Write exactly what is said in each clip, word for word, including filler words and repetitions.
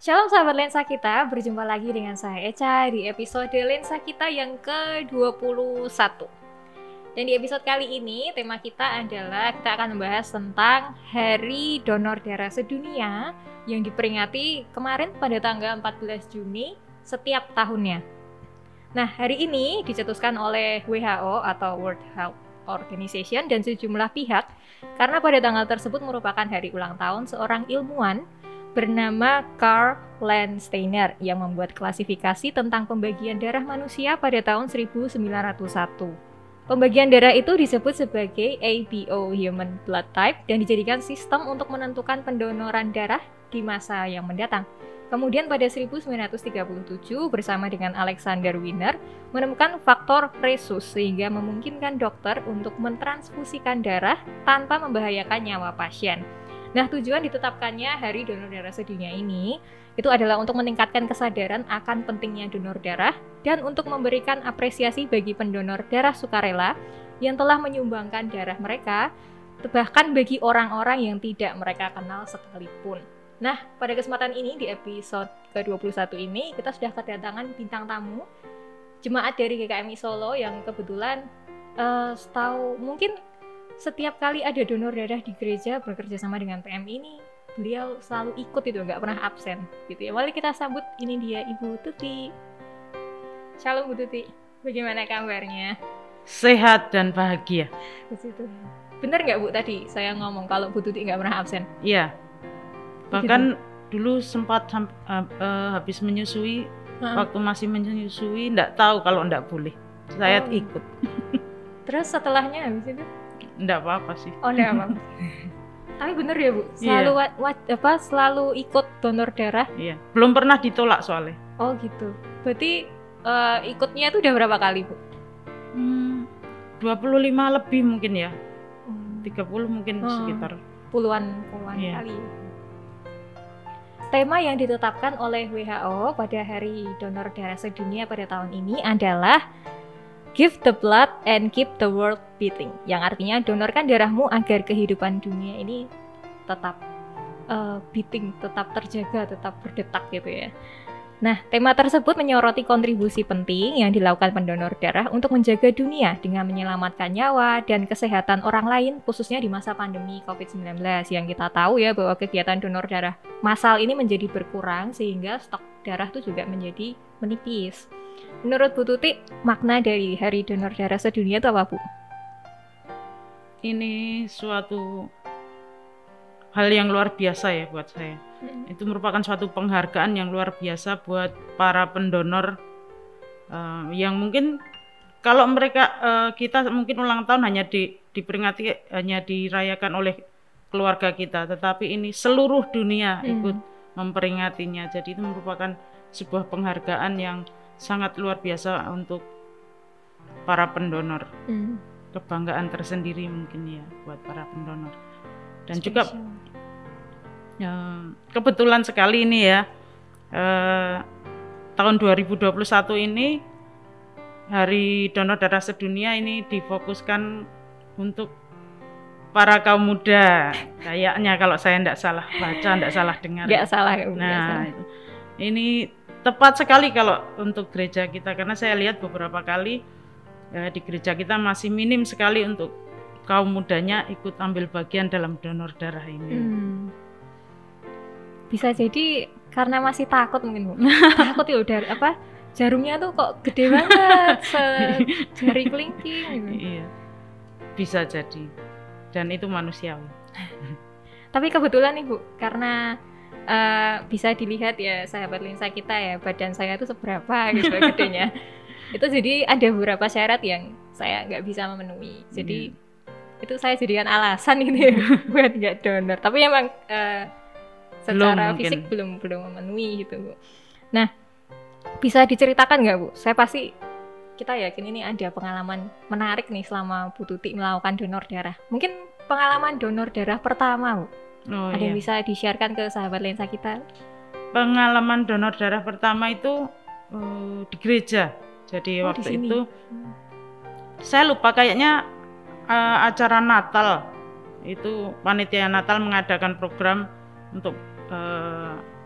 Shalom sahabat lensa kita, berjumpa lagi dengan saya Echa di episode lensa kita yang ke dua puluh satu. Dan di episode kali ini tema kita adalah kita akan membahas tentang Hari Donor Darah Sedunia yang diperingati kemarin pada tanggal empat belas Juni setiap tahunnya. Nah, hari ini dicetuskan oleh W H O atau World Health Organization dan sejumlah pihak karena pada tanggal tersebut merupakan hari ulang tahun seorang ilmuwan bernama Karl Landsteiner yang membuat klasifikasi tentang pembagian darah manusia pada tahun seribu sembilan ratus satu. Pembagian darah itu disebut sebagai A B O Human Blood Type dan dijadikan sistem untuk menentukan pendonoran darah di masa yang mendatang. Kemudian pada seribu sembilan ratus tiga puluh tujuh bersama dengan Alexander Wiener menemukan faktor rhesus sehingga memungkinkan dokter untuk mentransfusikan darah tanpa membahayakan nyawa pasien. Nah, tujuan ditetapkannya Hari Donor Darah Sedunia ini itu adalah untuk meningkatkan kesadaran akan pentingnya donor darah dan untuk memberikan apresiasi bagi pendonor darah sukarela yang telah menyumbangkan darah mereka, bahkan bagi orang-orang yang tidak mereka kenal sekalipun. Nah, pada kesempatan ini di episode ke dua puluh satu ini kita sudah kedatangan bintang tamu jemaat dari G K M I Solo yang kebetulan uh, setahu mungkin setiap kali ada donor darah di gereja bekerja sama dengan P M I ini, beliau selalu ikut itu, nggak pernah absen gitu ya. Mari kita sambut, ini dia Ibu Tuti. Shalom Bu Tuti, bagaimana kabarnya? Sehat dan bahagia. Begitu. Bener nggak Bu tadi saya ngomong kalau Bu Tuti nggak pernah absen? Iya. Bahkan gitu. Dulu sempat uh, uh, habis menyusui, uh-uh. waktu masih menyusui, nggak tahu kalau nggak boleh. Saya oh. ikut. Terus setelahnya habis itu? Nggak apa-apa sih. Oh, nggak apa-apa. Tapi bener ya Bu, selalu iya. wa, apa selalu ikut donor darah? Iya. Belum pernah ditolak soalnya. Oh gitu. Berarti uh, ikutnya itu udah berapa kali Bu? Hmm, dua puluh lima lebih mungkin ya. Hmm. tiga puluh mungkin hmm. sekitar. Puluhan puluhan iya. kali. Tema yang ditetapkan oleh W H O pada Hari Donor Darah Sedunia pada tahun ini adalah Give the blood and keep the world beating. Yang artinya donorkan darahmu agar kehidupan dunia ini tetap uh, beating, tetap terjaga, tetap berdetak gitu ya. Nah, tema tersebut menyoroti kontribusi penting yang dilakukan pendonor darah untuk menjaga dunia dengan menyelamatkan nyawa dan kesehatan orang lain, khususnya di masa pandemi covid sembilan belas yang kita tahu ya bahwa kegiatan donor darah massal ini menjadi berkurang sehingga stok darah itu juga menjadi menipis. Menurut Bu Tuti, makna dari Hari Donor Darah Sedunia itu apa Bu? Ini suatu hal yang luar biasa ya buat saya. Hmm. Itu merupakan suatu penghargaan yang luar biasa buat para pendonor uh, yang mungkin kalau mereka uh, kita mungkin ulang tahun hanya di, diperingati hanya dirayakan oleh keluarga kita, tetapi ini seluruh dunia hmm. ikut memperingatinya. Jadi itu merupakan sebuah penghargaan yang sangat luar biasa untuk para pendonor. Hmm. Kebanggaan tersendiri mungkin ya buat para pendonor. Dan Spesial. juga ya, kebetulan sekali ini ya eh, tahun dua ribu dua puluh satu ini Hari Donor Darah Sedunia ini difokuskan untuk para kaum muda. Kayaknya kalau saya tidak salah baca, tidak salah dengar. Tidak salah. Nah, itu. Ini tepat sekali kalau untuk gereja kita, karena saya lihat beberapa kali ya, di gereja kita masih minim sekali untuk kaum mudanya ikut ambil bagian dalam donor darah ini. Hmm. Bisa jadi karena masih takut mungkin Bu. Takut ya udah apa jarumnya tuh kok gede banget, sejari kelingking gitu. Iya. Bisa jadi. Dan itu manusiawi. Tapi kebetulan nih Bu, karena Uh, bisa dilihat ya sahabat lensa kita ya, badan saya itu seberapa gitu gedenya. Itu jadi ada beberapa syarat yang saya nggak bisa memenuhi. Jadi hmm. itu saya jadikan alasan ini buat nggak donor. Tapi emang uh, secara belum, fisik mungkin. belum belum memenuhi gitu Bu. Nah, bisa diceritakan nggak Bu? Saya pasti kita yakin ini ada pengalaman menarik nih selama Bu Tuti melakukan donor darah. Mungkin pengalaman donor darah pertama Bu. Oh, ada iya. yang bisa di-sharekan ke sahabat lensa kita? Pengalaman donor darah pertama itu uh, di gereja. Jadi oh, waktu itu hmm. saya lupa kayaknya uh, acara Natal. Itu panitia Natal mengadakan program untuk uh,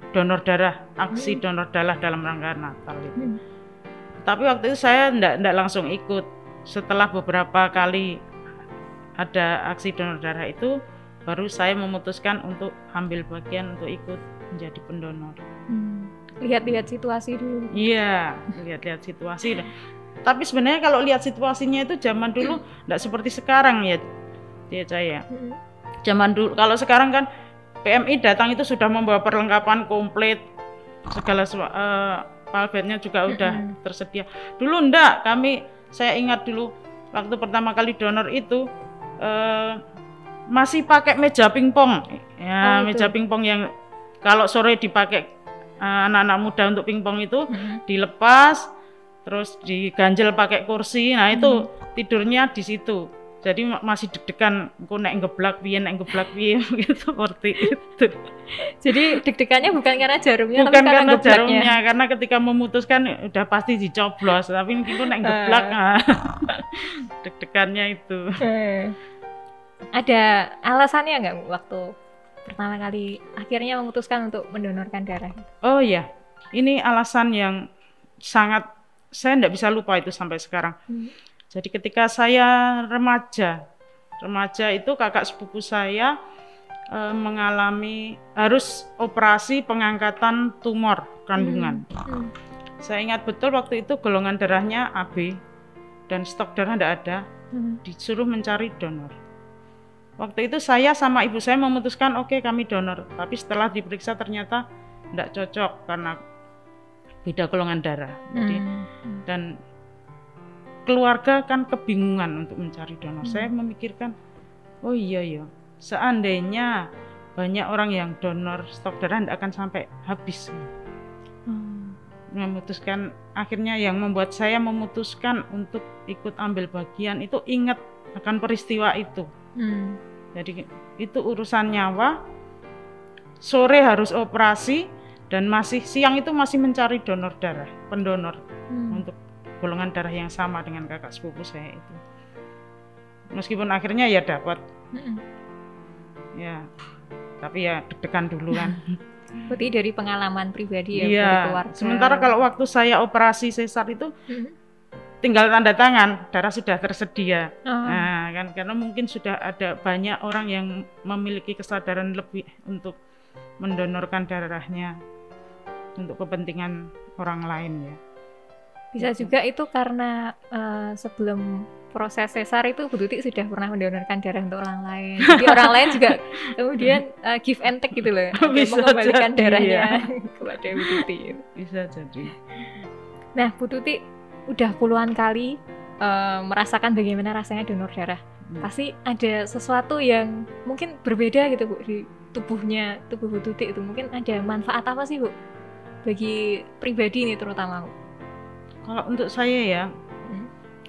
donor darah, aksi hmm. donor darah dalam rangka Natal itu. Hmm. Tapi waktu itu saya enggak, enggak langsung ikut. Setelah beberapa kali ada aksi donor darah itu, baru saya memutuskan untuk ambil bagian untuk ikut menjadi pendonor. Hmm. Lihat-lihat situasi dulu. Iya, lihat-lihat situasi. Tapi sebenarnya kalau lihat situasinya itu zaman dulu enggak seperti sekarang ya, dia saya. Hmm. Zaman dulu, kalau sekarang kan P M I datang itu sudah membawa perlengkapan komplit, segala uh, palbetnya juga udah mm-hmm. tersedia. Dulu enggak, kami saya ingat dulu waktu pertama kali donor itu uh, masih pakai meja pingpong. Ya, oh, meja pingpong yang kalau sore dipakai uh, anak-anak muda untuk pingpong itu mm-hmm. dilepas terus diganjel pakai kursi. Nah, itu mm-hmm. tidurnya di situ. Jadi masih deg-degan, aku nek ngeblak piye, nek ngeblak piye gitu seperti itu. Jadi deg-degannya bukan karena jarumnya, bukan tapi karena, karena jarumnya. Jarumnya, karena ketika memutuskan udah pasti dicoblos, tapi ini aku nek ngeblak, uh. deg-degannya itu. Uh. Ada alasannya nggak waktu pertama kali akhirnya memutuskan untuk mendonorkan darah? Oh iya, ini alasan yang sangat saya nggak bisa lupa itu sampai sekarang. Hmm. Jadi ketika saya remaja, remaja itu kakak sepupu saya e, mengalami harus operasi pengangkatan tumor kandungan. Hmm. Hmm. Saya ingat betul waktu itu golongan darahnya A B dan stok darah tidak ada, hmm. disuruh mencari donor. Waktu itu saya sama ibu saya memutuskan oke okay, kami donor, tapi setelah diperiksa ternyata tidak cocok karena beda golongan darah. Jadi, hmm. dan keluarga kan kebingungan untuk mencari donor. Hmm. Saya memikirkan, oh iya ya, seandainya banyak orang yang donor stok darah tidak akan sampai habis. Hmm. Memutuskan, akhirnya yang membuat saya memutuskan untuk ikut ambil bagian itu ingat akan peristiwa itu. Hmm. Jadi itu urusan nyawa. Sore harus operasi dan masih siang itu masih mencari donor darah, pendonor hmm. untuk golongan darah yang sama dengan kakak sepupu saya itu. Meskipun akhirnya ya dapat. Mm-mm. Ya. Tapi ya deg-degan dulu kan. Berarti dari pengalaman pribadi ya, iya. dari keluarga. Sementara kalau waktu saya operasi sesar itu mm-hmm. tinggal tanda tangan, darah sudah tersedia. Oh. Nah, kan karena mungkin sudah ada banyak orang yang memiliki kesadaran lebih untuk mendonorkan darahnya untuk kepentingan orang lain ya. Bisa juga itu karena uh, sebelum proses sesar itu Bu Tuti sudah pernah mendonorkan darah untuk orang lain. Jadi orang lain juga kemudian uh, give and take gitu loh. Bisa mengembalikan jadi, darahnya ya. kepada Bu Tuti. Bisa jadi. Nah, Bu Tuti udah puluhan kali uh, merasakan bagaimana rasanya donor darah. Hmm. Pasti ada sesuatu yang mungkin berbeda gitu Bu di tubuhnya, tubuh Bu Tuti itu. Mungkin ada manfaat apa sih Bu? Bagi pribadi ini terutama Bu. Kalau untuk saya ya, hmm.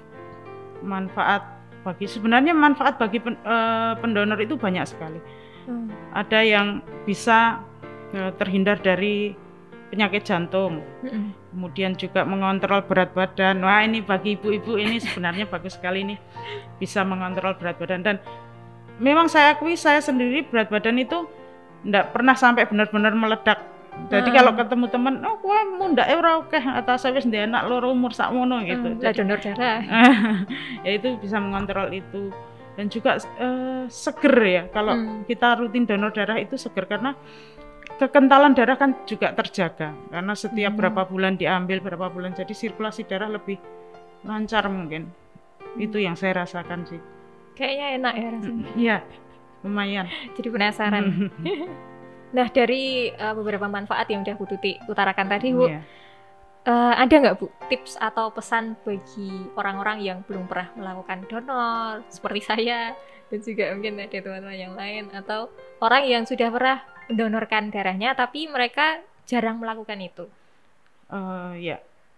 manfaat bagi sebenarnya manfaat bagi pen, uh, pendonor itu banyak sekali. Hmm. Ada yang bisa uh, terhindar dari penyakit jantung, hmm. kemudian juga mengontrol berat badan. Wah ini bagi ibu-ibu ini sebenarnya bagus sekali nih, bisa mengontrol berat badan. Dan memang saya akui saya sendiri berat badan itu tidak pernah sampai benar-benar meledak. Jadi hmm. kalau ketemu teman, oh kowe mundake ora akeh, atas wis ndek anak loro umur sakmono gitu. Hmm, donor darah. Ya itu bisa mengontrol itu. Dan juga uh, seger ya. Kalau hmm. kita rutin donor darah itu seger karena kekentalan darah kan juga terjaga. Karena setiap hmm. berapa bulan diambil, berapa bulan jadi sirkulasi darah lebih lancar mungkin. Hmm. Itu yang saya rasakan sih. Kayaknya enak ya rasanya. Iya. Lumayan. Jadi penasaran. Nah, dari uh, beberapa manfaat yang udah Bu Tuti utarakan tadi, Bu, yeah. uh, ada nggak Bu tips atau pesan bagi orang-orang yang belum pernah melakukan donor seperti saya dan juga mungkin ada teman-teman yang lain atau orang yang sudah pernah mendonorkan darahnya tapi mereka jarang melakukan itu? Uh, ya,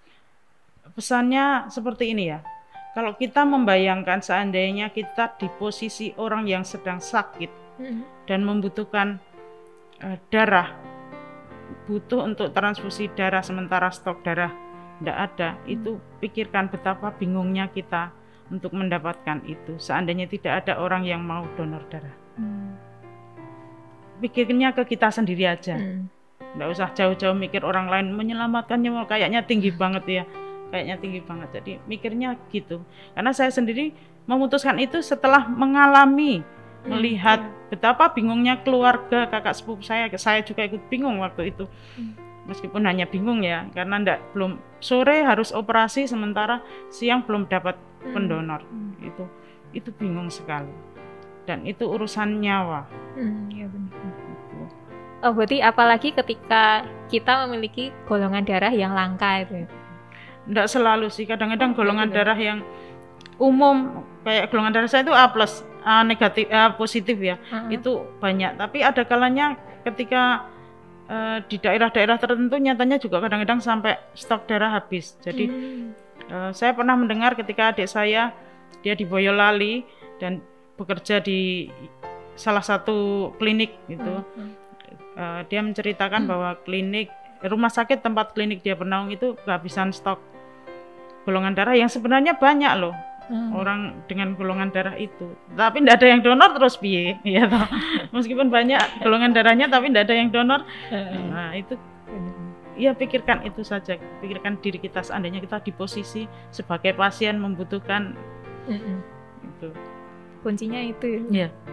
pesannya seperti ini ya. Kalau kita membayangkan seandainya kita di posisi orang yang sedang sakit hmm. dan membutuhkan Uh, darah, butuh untuk transfusi darah sementara stok darah tidak ada, hmm. itu pikirkan betapa bingungnya kita untuk mendapatkan itu seandainya tidak ada orang yang mau donor darah. hmm. Pikirnya ke kita sendiri aja. hmm. nggak usah jauh-jauh mikir orang lain menyelamatkannya, kayaknya tinggi banget ya, kayaknya tinggi banget. Jadi mikirnya gitu, karena saya sendiri memutuskan itu setelah mengalami, hmm, melihat ya. Betapa bingungnya keluarga kakak sepupu saya, saya juga ikut bingung waktu itu, hmm. meskipun hanya bingung ya, karena ndak belum sore harus operasi, sementara siang belum dapat hmm. pendonor, hmm. itu itu bingung sekali, dan itu urusan nyawa. Hmm, ya benar. Oh, berarti apalagi ketika kita memiliki golongan darah yang langka itu? Nggak selalu sih, kadang-kadang oh, golongan gitu. Darah yang umum kayak golongan darah saya itu A plus, A negatif, A positif ya, uh-huh. itu banyak. Tapi ada kalanya ketika uh, di daerah-daerah tertentu nyatanya juga kadang-kadang sampai stok darah habis. Jadi hmm. uh, saya pernah mendengar ketika adik saya dia di Boyolali dan bekerja di salah satu klinik gitu. Uh-huh. Uh, dia menceritakan hmm. bahwa klinik, rumah sakit tempat klinik dia bernaung itu kehabisan stok golongan darah yang sebenarnya banyak loh, hmm. orang dengan golongan darah itu, tapi tidak ada yang donor terus piye, ya toh. Meskipun banyak golongan darahnya tapi tidak ada yang donor. Nah itu, ya pikirkan itu saja, pikirkan diri kita seandainya kita di posisi sebagai pasien membutuhkan, hmm. itu kuncinya itu ya. Ya.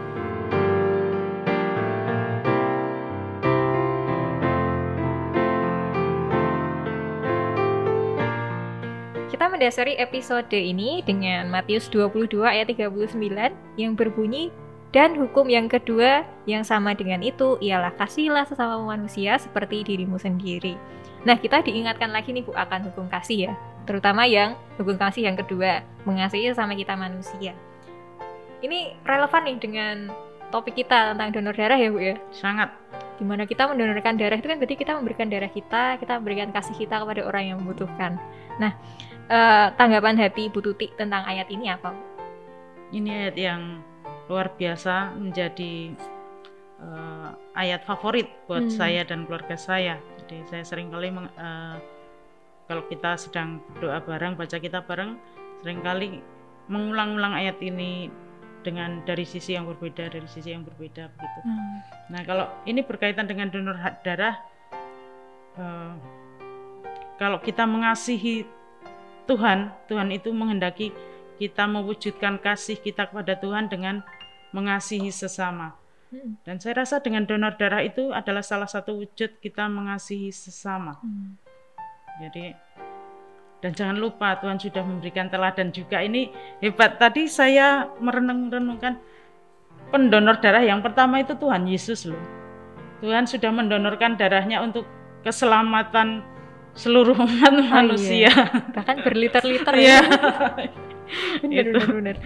Kita mendasari episode ini dengan Matius dua puluh dua ayat tiga puluh sembilan yang berbunyi, dan hukum yang kedua yang sama dengan itu ialah kasihilah sesama manusia seperti dirimu sendiri. Nah, kita diingatkan lagi nih Bu akan hukum kasih ya, terutama yang hukum kasih yang kedua, mengasihi sesama kita manusia. Ini relevan nih dengan topik kita tentang donor darah ya Bu ya? Sangat. Dimana kita mendonorkan darah itu kan berarti kita memberikan darah kita, kita memberikan kasih kita kepada orang yang membutuhkan. Nah, Uh, tanggapan hati Ibu Tuti tentang ayat ini apa? Ini ayat yang luar biasa, menjadi uh, ayat favorit buat hmm. saya dan keluarga saya. Jadi saya seringkali meng, uh, kalau kita sedang berdoa bareng, baca kitab bareng, seringkali mengulang-ulang ayat ini dengan dari sisi yang berbeda, dari sisi yang berbeda begitu. Hmm. Nah, kalau ini berkaitan dengan donor darah, uh, kalau kita mengasihi Tuhan, Tuhan itu menghendaki kita mewujudkan kasih kita kepada Tuhan dengan mengasihi sesama. Hmm. Dan saya rasa dengan donor darah itu adalah salah satu wujud kita mengasihi sesama. Hmm. Jadi, dan jangan lupa Tuhan sudah memberikan teladan juga. Ini hebat. Tadi saya merenung-renungkan pendonor darah yang pertama itu Tuhan Yesus loh. Tuhan sudah mendonorkan darahnya untuk keselamatan seluruh umat oh, manusia, iya. Bahkan berliter-liter ya. Benar-benar.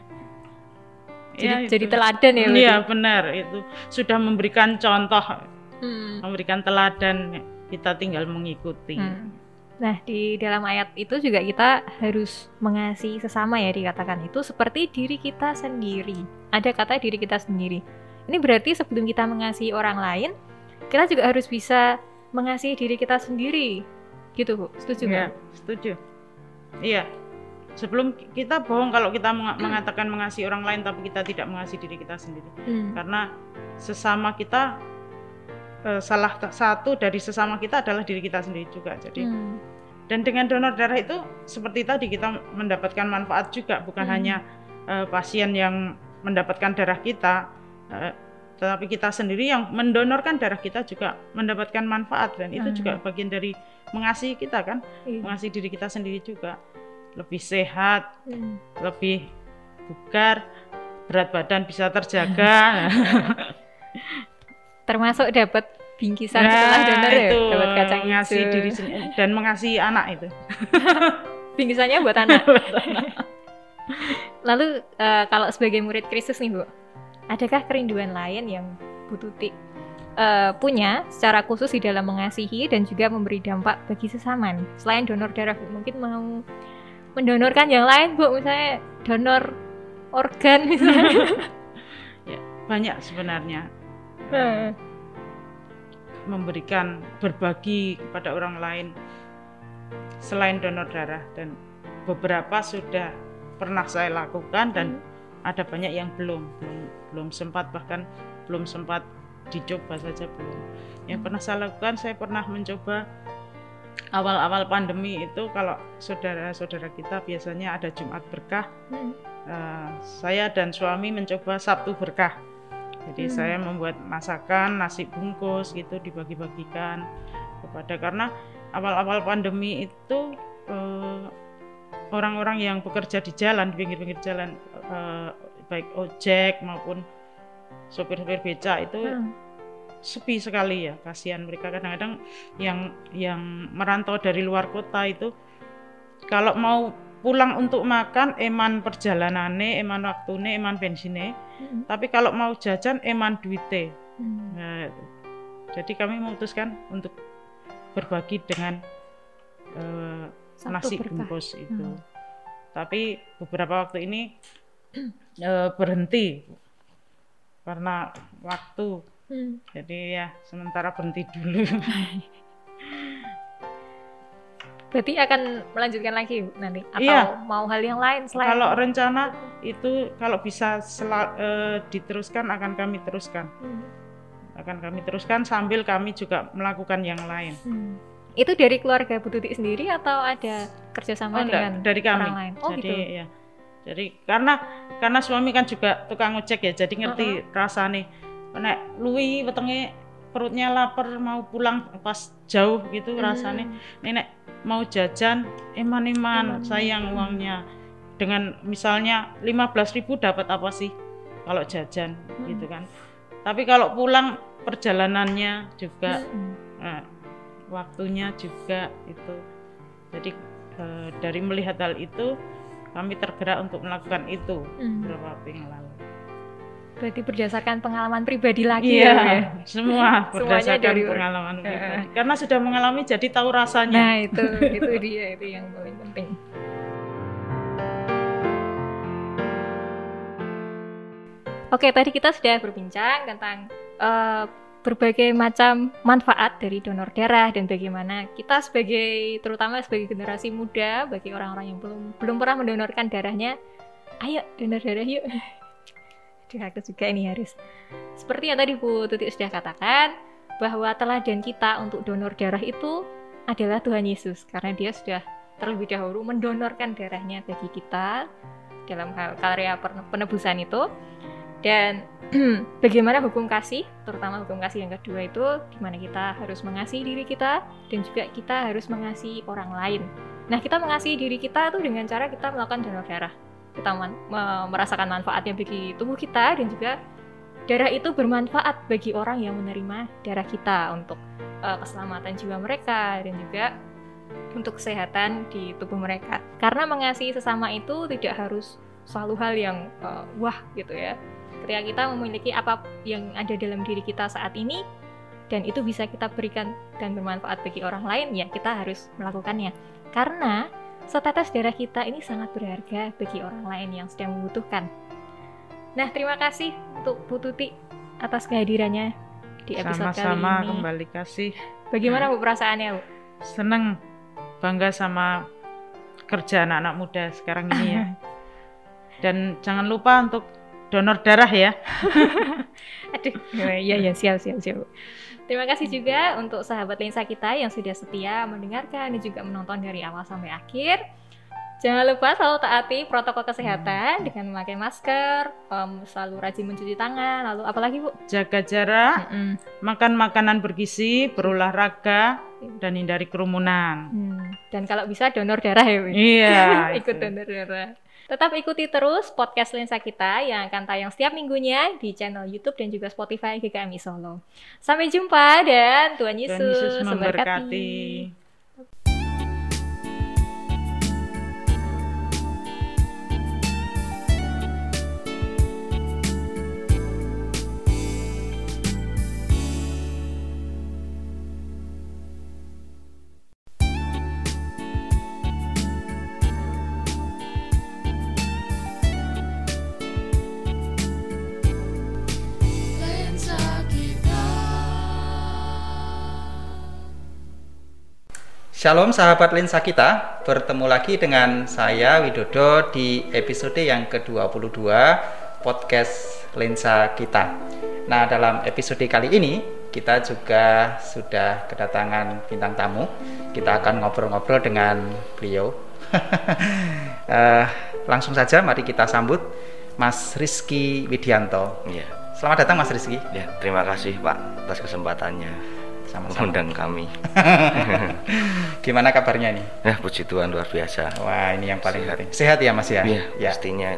Jadi, ya, jadi teladan ya. Iya benar, itu sudah memberikan contoh, hmm. memberikan teladan, kita tinggal mengikuti. Hmm. Nah di dalam ayat itu juga kita harus mengasihi sesama ya, dikatakan itu seperti diri kita sendiri. Ada kata diri kita sendiri. Ini berarti sebelum kita mengasihi orang lain, kita juga harus bisa mengasihi diri kita sendiri. Gitu Bu, setuju nggak? Ya, setuju. Iya. Sebelum kita bohong kalau kita mengatakan mengasihi orang lain tapi kita tidak mengasihi diri kita sendiri. Hmm. Karena sesama kita, eh, salah satu dari sesama kita adalah diri kita sendiri juga. Jadi, hmm. dan dengan donor darah itu seperti tadi kita mendapatkan manfaat juga, bukan hmm. hanya eh, pasien yang mendapatkan darah kita, eh, tetapi kita sendiri yang mendonorkan darah kita juga mendapatkan manfaat, dan itu hmm. juga bagian dari mengasihi kita kan, hmm. mengasihi diri kita sendiri juga, lebih sehat, hmm. lebih bugar, berat badan bisa terjaga, termasuk dapat bingkisan nah, setelah donor ya, dapat kacang mengasihi hijau diri sendiri dan mengasihi anak itu. Bingkisannya buat anak. Lalu uh, kalau sebagai murid Kristus nih Bu, adakah kerinduan lain yang Bu Tuti Uh, punya secara khusus di dalam mengasihi dan juga memberi dampak bagi sesama nih, selain donor darah Bu? Mungkin mau mendonorkan yang lain Bu, misalnya donor organ misalnya. Ya, banyak sebenarnya. uh, memberikan, berbagi kepada orang lain selain donor darah, dan beberapa sudah pernah saya lakukan dan hmm. ada banyak yang belum belum belum sempat, bahkan belum sempat dicoba saja belum. Yang pernah saya lakukan, saya pernah mencoba awal-awal pandemi itu, kalau saudara-saudara kita biasanya ada Jumat berkah, hmm. uh, saya dan suami mencoba Sabtu berkah. Jadi hmm. saya membuat masakan, nasi bungkus gitu, dibagi-bagikan kepada, karena awal-awal pandemi itu uh, orang-orang yang bekerja di jalan, di pinggir-pinggir jalan, uh, baik ojek maupun sopir-sopir beca itu hmm. sepi sekali ya, kasihan mereka. Kadang-kadang yang yang merantau dari luar kota itu kalau mau pulang untuk makan eman perjalanane, eman waktune, eman bensine, hmm. tapi kalau mau jajan eman duite. Hmm. Nah, jadi kami memutuskan untuk berbagi dengan uh, nasi berkah. Bungkus itu. Hmm. Tapi beberapa waktu ini uh, berhenti karena waktu. Hmm. Jadi ya sementara berhenti dulu. Berarti akan melanjutkan lagi nanti atau iya. mau hal yang lain selain? Kalau rencana itu kalau bisa sel- uh, diteruskan akan kami teruskan. Hmm. Akan kami teruskan sambil kami juga melakukan yang lain. Hmm. Itu dari keluarga Bu Tuti sendiri atau ada kerjasama oh, dengan dari kami. Orang lain? Oh, jadi gitu. Ya. Jadi karena karena suami kan juga tukang ojek ya, jadi ngerti uh-huh. rasane. Nek luwi wetenge perutnya lapar mau pulang pas jauh gitu hmm. rasane. Nek mau jajan eman-eman sayang uangnya. Dengan misalnya lima belas ribu dapat apa sih kalau jajan hmm. gitu kan. Tapi kalau pulang perjalanannya juga hmm. eh, waktunya juga itu. Jadi eh, dari melihat hal itu kami tergerak untuk melakukan itu hmm. beberapa waktu yang lalu. Berarti berdasarkan pengalaman pribadi lagi iya, ya? Semua berdasarkan dari pengalaman pribadi. Karena sudah mengalami jadi tahu rasanya. Nah itu, itu dia, itu yang paling penting. Oke, tadi kita sudah berbincang tentang uh, berbagai macam manfaat dari donor darah dan bagaimana kita sebagai, terutama sebagai generasi muda, bagi orang-orang yang belum belum pernah mendonorkan darahnya, ayo donor darah yuk. Aku juga ini harus. Seperti yang tadi Bu Tuti sudah katakan, bahwa teladan kita untuk donor darah itu adalah Tuhan Yesus, karena dia sudah terlebih dahulu mendonorkan darahnya bagi kita dalam hal karya penebusan itu. Dan bagaimana hukum kasih, terutama hukum kasih yang kedua itu, di mana kita harus mengasihi diri kita dan juga kita harus mengasihi orang lain. Nah, kita mengasihi diri kita itu dengan cara kita melakukan donor darah. Kita man- merasakan manfaatnya bagi tubuh kita, dan juga darah itu bermanfaat bagi orang yang menerima darah kita untuk uh, keselamatan jiwa mereka dan juga untuk kesehatan di tubuh mereka. Karena mengasihi sesama itu tidak harus selalu hal yang uh, wah gitu ya. Ketika kita memiliki apa yang ada dalam diri kita saat ini dan itu bisa kita berikan dan bermanfaat bagi orang lain, ya kita harus melakukannya. Karena setetes darah kita ini sangat berharga bagi orang lain yang sedang membutuhkan. Nah, terima kasih untuk Bu Tuti atas kehadirannya di episode Sama-sama, kali ini. Sama-sama, kembali kasih. Bagaimana Bu perasaannya, Bu? Seneng, bangga sama kerja anak-anak muda sekarang ini ya. Dan jangan lupa untuk donor darah ya. Aduh, iya ya, siap siap siap. Terima kasih juga untuk sahabat lensa kita yang sudah setia mendengarkan dan juga menonton dari awal sampai akhir. Jangan lupa selalu taati protokol kesehatan dengan memakai masker, um, selalu rajin mencuci tangan, lalu apalagi Bu? Jaga jarak, Mm-mm. makan makanan bergizi, berolahraga, dan hindari kerumunan. Hmm. Dan kalau bisa donor darah ya Bu? Iya. Ikut donor darah. Tetap ikuti terus podcast Lensa kita yang akan tayang setiap minggunya di channel YouTube dan juga Spotify G K M I Solo. Sampai jumpa dan Tuhan Yesus, Tuhan Yesus memberkati. memberkati. Shalom sahabat lensa kita, bertemu lagi dengan saya Widodo di episode yang ke dua puluh dua podcast lensa kita. Nah, dalam episode kali ini kita juga sudah kedatangan bintang tamu. Kita akan ngobrol-ngobrol dengan beliau. uh, langsung saja mari kita sambut Mas Rizky Widianto. Ya. Selamat datang Mas Rizky. Ya, terima kasih Pak atas kesempatannya Sama-sama. mengundang kami. Gimana kabarnya nih? Ya, puji Tuhan luar biasa. Wah, ini yang paling Sehat. penting. Sehat ya Mas ya? Ya, Ya. pastinya.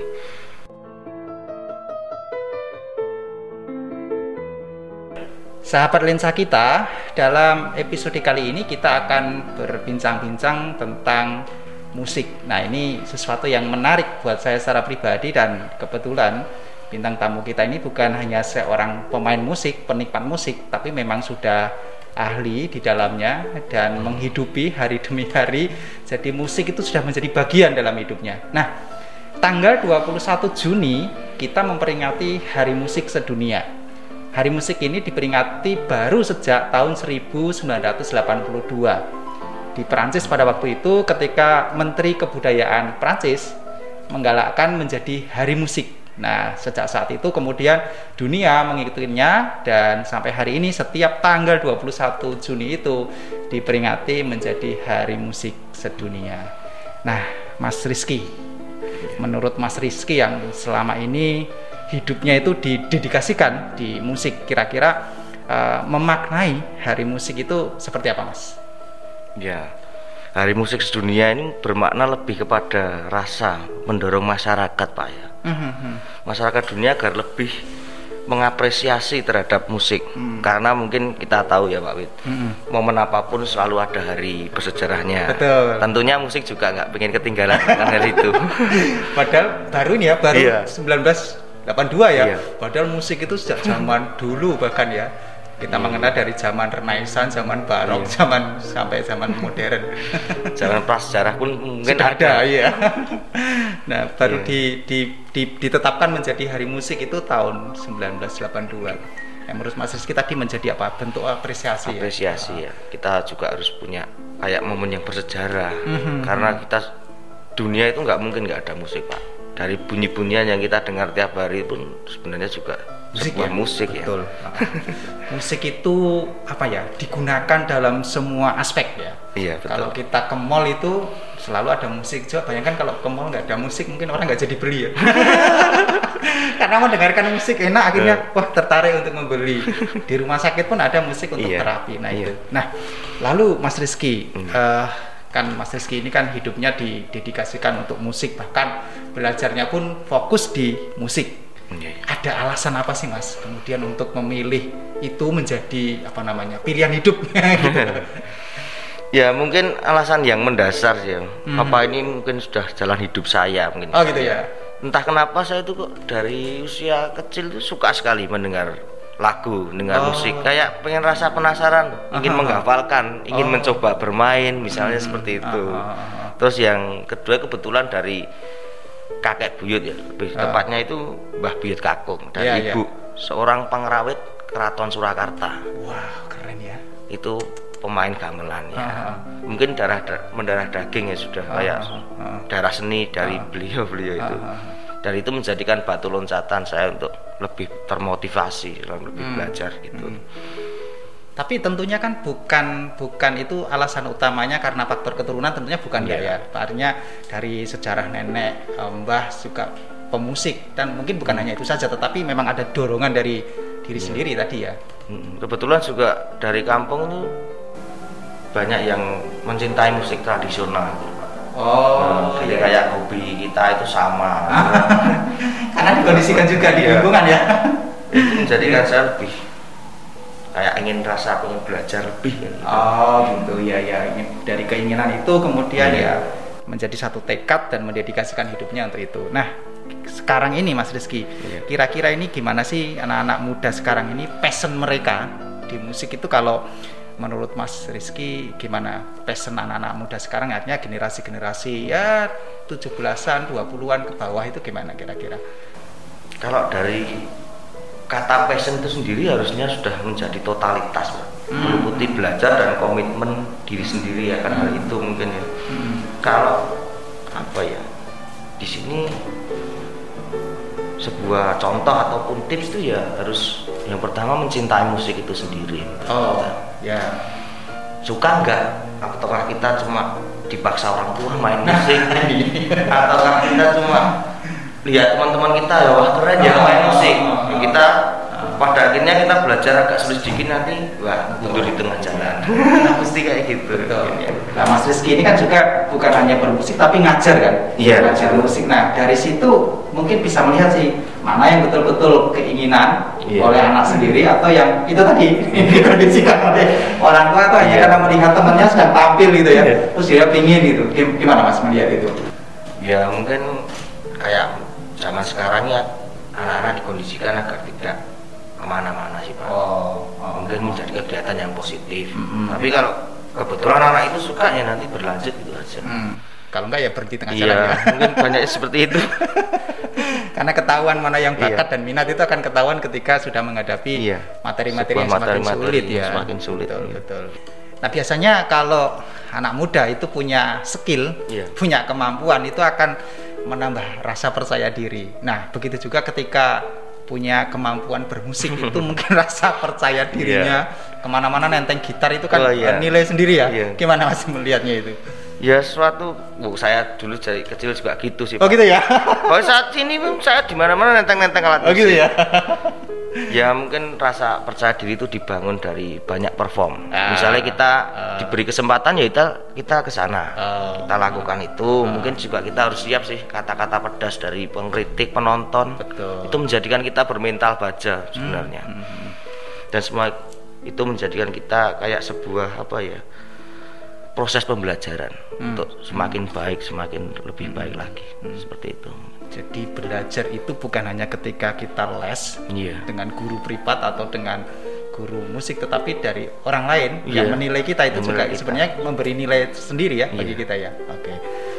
Sahabat lensa kita, dalam episode kali ini kita akan berbincang-bincang tentang musik. Nah, ini sesuatu yang menarik buat saya secara pribadi, dan kebetulan bintang tamu kita ini bukan hanya seorang pemain musik, penikmat musik, tapi memang sudah ahli di dalamnya dan menghidupi hari demi hari. Jadi musik itu sudah menjadi bagian dalam hidupnya. Nah, tanggal dua puluh satu Juni kita memperingati Hari Musik Sedunia. Hari musik ini diperingati baru sejak tahun seribu sembilan ratus delapan puluh dua di Perancis pada waktu itu, ketika Menteri Kebudayaan Perancis menggalakkan menjadi Hari Musik. Nah, sejak saat itu kemudian dunia mengikutinya, dan sampai hari ini setiap tanggal dua puluh satu Juni itu diperingati menjadi Hari Musik Sedunia. Nah, Mas Rizky, menurut Mas Rizky yang selama ini hidupnya itu didedikasikan di musik, kira-kira uh, memaknai Hari Musik itu seperti apa, Mas? Ya, Hari Musik Sedunia ini bermakna lebih kepada rasa mendorong masyarakat, Pak ya. Mm-hmm. Masyarakat dunia agar lebih mengapresiasi terhadap musik. Mm. Karena mungkin kita tahu ya Pak Wid, Mm-hmm. momen apapun selalu ada hari bersejarahnya. Betul. Tentunya musik juga nggak pengen ketinggalan dengan hal itu. Padahal baru ini ya, baru Iya. sembilan belas delapan puluh dua ya. Iya. Padahal musik itu sejak zaman dulu bahkan ya. Kita Iya. mengenal dari zaman Renaissance, zaman Barok, Iya. zaman sampai zaman modern. Zaman prasejarah pun mungkin Sudah ada, ya. Nah, baru Iya. di, di, di, ditetapkan menjadi Hari Musik itu tahun sembilan belas delapan puluh dua. Yang menurut Mas Rizky tadi menjadi apa? Bentuk apresiasi. apresiasi ya. ya. Kita juga harus punya kayak momen yang bersejarah. Mhm. Karena kita dunia itu nggak mungkin nggak ada musik Pak. Dari bunyi-bunyian yang kita dengar tiap hari pun sebenarnya juga Musik sebuah ya? musik ya. Betul. Musik itu apa ya? Digunakan dalam semua aspek ya. Iya betul. Kalau kita ke mall itu selalu ada musik. Coba bayangkan kalau ke mall nggak ada musik, mungkin orang nggak jadi beli ya. Karena mendengarkan musik enak, akhirnya wah tertarik untuk membeli. Di rumah sakit pun ada musik untuk Iya. terapi. Nah Iya. itu. Nah, lalu Mas Rizky, Hmm. eh, kan Mas Rizky ini kan hidupnya didedikasikan untuk musik, bahkan belajarnya pun fokus di musik. Iya. Ada alasan apa sih Mas kemudian untuk memilih itu menjadi apa namanya pilihan hidup? Gitu. Ya mungkin alasan yang mendasar sih. Ya. Hmm. Apa ini mungkin sudah jalan hidup saya mungkin. Oh gitu ya. Entah kenapa saya itu kok dari usia kecil tuh suka sekali mendengar lagu, Oh. dengar musik. Kayak pengen rasa penasaran, ingin Aha. menghafalkan, ingin Oh. mencoba bermain, misalnya Hmm. seperti itu. Ah, ah, ah. Terus yang kedua kebetulan dari kakek buyut ya, lebih Ah. tepatnya itu Mbah Buyut Kakung dan Iya, iya. ibu, seorang pengrawit Keraton Surakarta. Wah keren ya. Itu pemain gamelan ya. Ah, ah. Mungkin darah da- mendarah daging ya sudah Ah, kayak ah, ah. darah seni dari Ah. beliau-beliau itu. Ah, ah, ah. Dan itu menjadikan batu loncatan saya untuk lebih termotivasi dalam lebih Hmm. belajar gitu. Hmm. Tapi tentunya kan bukan bukan itu alasan utamanya karena faktor keturunan, tentunya bukan ya Iya. ya. Artinya dari sejarah nenek, eh, mbah juga pemusik, dan mungkin bukan hanya itu saja, tetapi memang ada dorongan dari diri Iya. sendiri tadi ya. Mm, Kebetulan juga dari kampung itu banyak yang mencintai musik tradisional. Oh, Nah, jadi kayak hobi kita itu sama. karena dikondisikan juga di Iya. lingkungan ya. Itu menjadikan saya lebih kayak ingin rasa ingin belajar lebih ya. Oh gitu ya ya. Ini dari keinginan itu kemudian Iya. ya menjadi satu tekad dan mendedikasikan hidupnya untuk itu. Nah, sekarang ini Mas Rizky, Iya. kira-kira ini gimana sih anak-anak muda sekarang ini passion mereka di musik itu? Kalau menurut Mas Rizky gimana passion anak-anak muda sekarang, artinya generasi-generasi ya tujuh belasan, dua puluhan ke bawah itu gimana kira-kira? Kalau dari kata passion itu sendiri harusnya sudah menjadi totalitas, Pak. Hmm. Meliputi belajar dan komitmen diri sendiri ya kan, hal itu mungkin ya. Hmm. Kalau apa ya, di sini sebuah contoh ataupun tips itu ya harus yang pertama mencintai musik itu sendiri. Oh, ya. Suka nggak? Ataukah kita cuma dipaksa orang tua main musik? Ataukah kita cuma lihat teman-teman kita ya wah keren ya main musik? Kita pada akhirnya kita belajar agak sulit sedikit nanti wah mundur di tengah jalan. Mesti kayak gitu. Betul. Nah, Mas Rizky ini kan juga bukan hanya bermusik tapi ngajar kan? Iya. Ngajar musik. Nah, dari situ mungkin bisa melihat sih mana yang betul-betul keinginan iya. oleh anak sendiri atau yang itu tadi dikondisikan oleh orang tua atau hanya iya. karena melihat temannya sedang tampil gitu ya. Iya. Terus dia pingin gitu. Gimana Mas melihat itu? Ya mungkin kayak zaman sekarang ya anak-anak dikondisikan agar tidak kemana-mana sih Pak. Oh, oh, mungkin menjadi kegiatan yang positif. Mm-hmm. Tapi kalau kebetulan anak itu suka ya nanti berlanjut gitu aja. Mm. Kalau enggak ya berhenti tengah iya, jalan ya. Mungkin banyak seperti itu. Karena ketahuan mana yang bakat iya. dan minat itu akan ketahuan ketika sudah menghadapi iya. materi-materi yang semakin materi-materi sulit ya. Semakin sulit. Betul, iya. betul. Nah biasanya kalau anak muda itu punya skill, iya. punya kemampuan itu akan menambah rasa percaya diri. Nah begitu juga ketika punya kemampuan bermusik itu mungkin rasa percaya dirinya yeah. kemana-mana nenteng gitar itu kan oh, yeah. nilai sendiri ya. Yeah. Gimana Mas melihatnya itu? Ya suatu, bu saya dulu dari kecil juga gitu sih. Oh Pak. gitu ya. Kalau saat ini saya di mana-mana nenteng-nenteng alat musik. Oh gitu ya. Ya mungkin rasa percaya diri itu dibangun dari banyak perform. Ah, Misalnya kita uh, diberi kesempatan ya kita kita ke sana. Uh, kita lakukan itu. Uh, mungkin juga kita harus siap sih kata-kata pedas dari pengkritik, penonton. Betul. Itu menjadikan kita bermental baja sebenarnya. Hmm, hmm. Dan semua itu menjadikan kita kayak sebuah apa ya? proses pembelajaran hmm. untuk semakin hmm. baik, semakin lebih hmm. baik lagi. Hmm. Seperti itu. Jadi belajar itu bukan hanya ketika kita les yeah. dengan guru privat atau dengan guru musik, tetapi dari orang lain yeah. yang menilai kita itu yang juga kita. Sebenarnya memberi nilai sendiri ya yeah. bagi kita ya. Oke. Okay.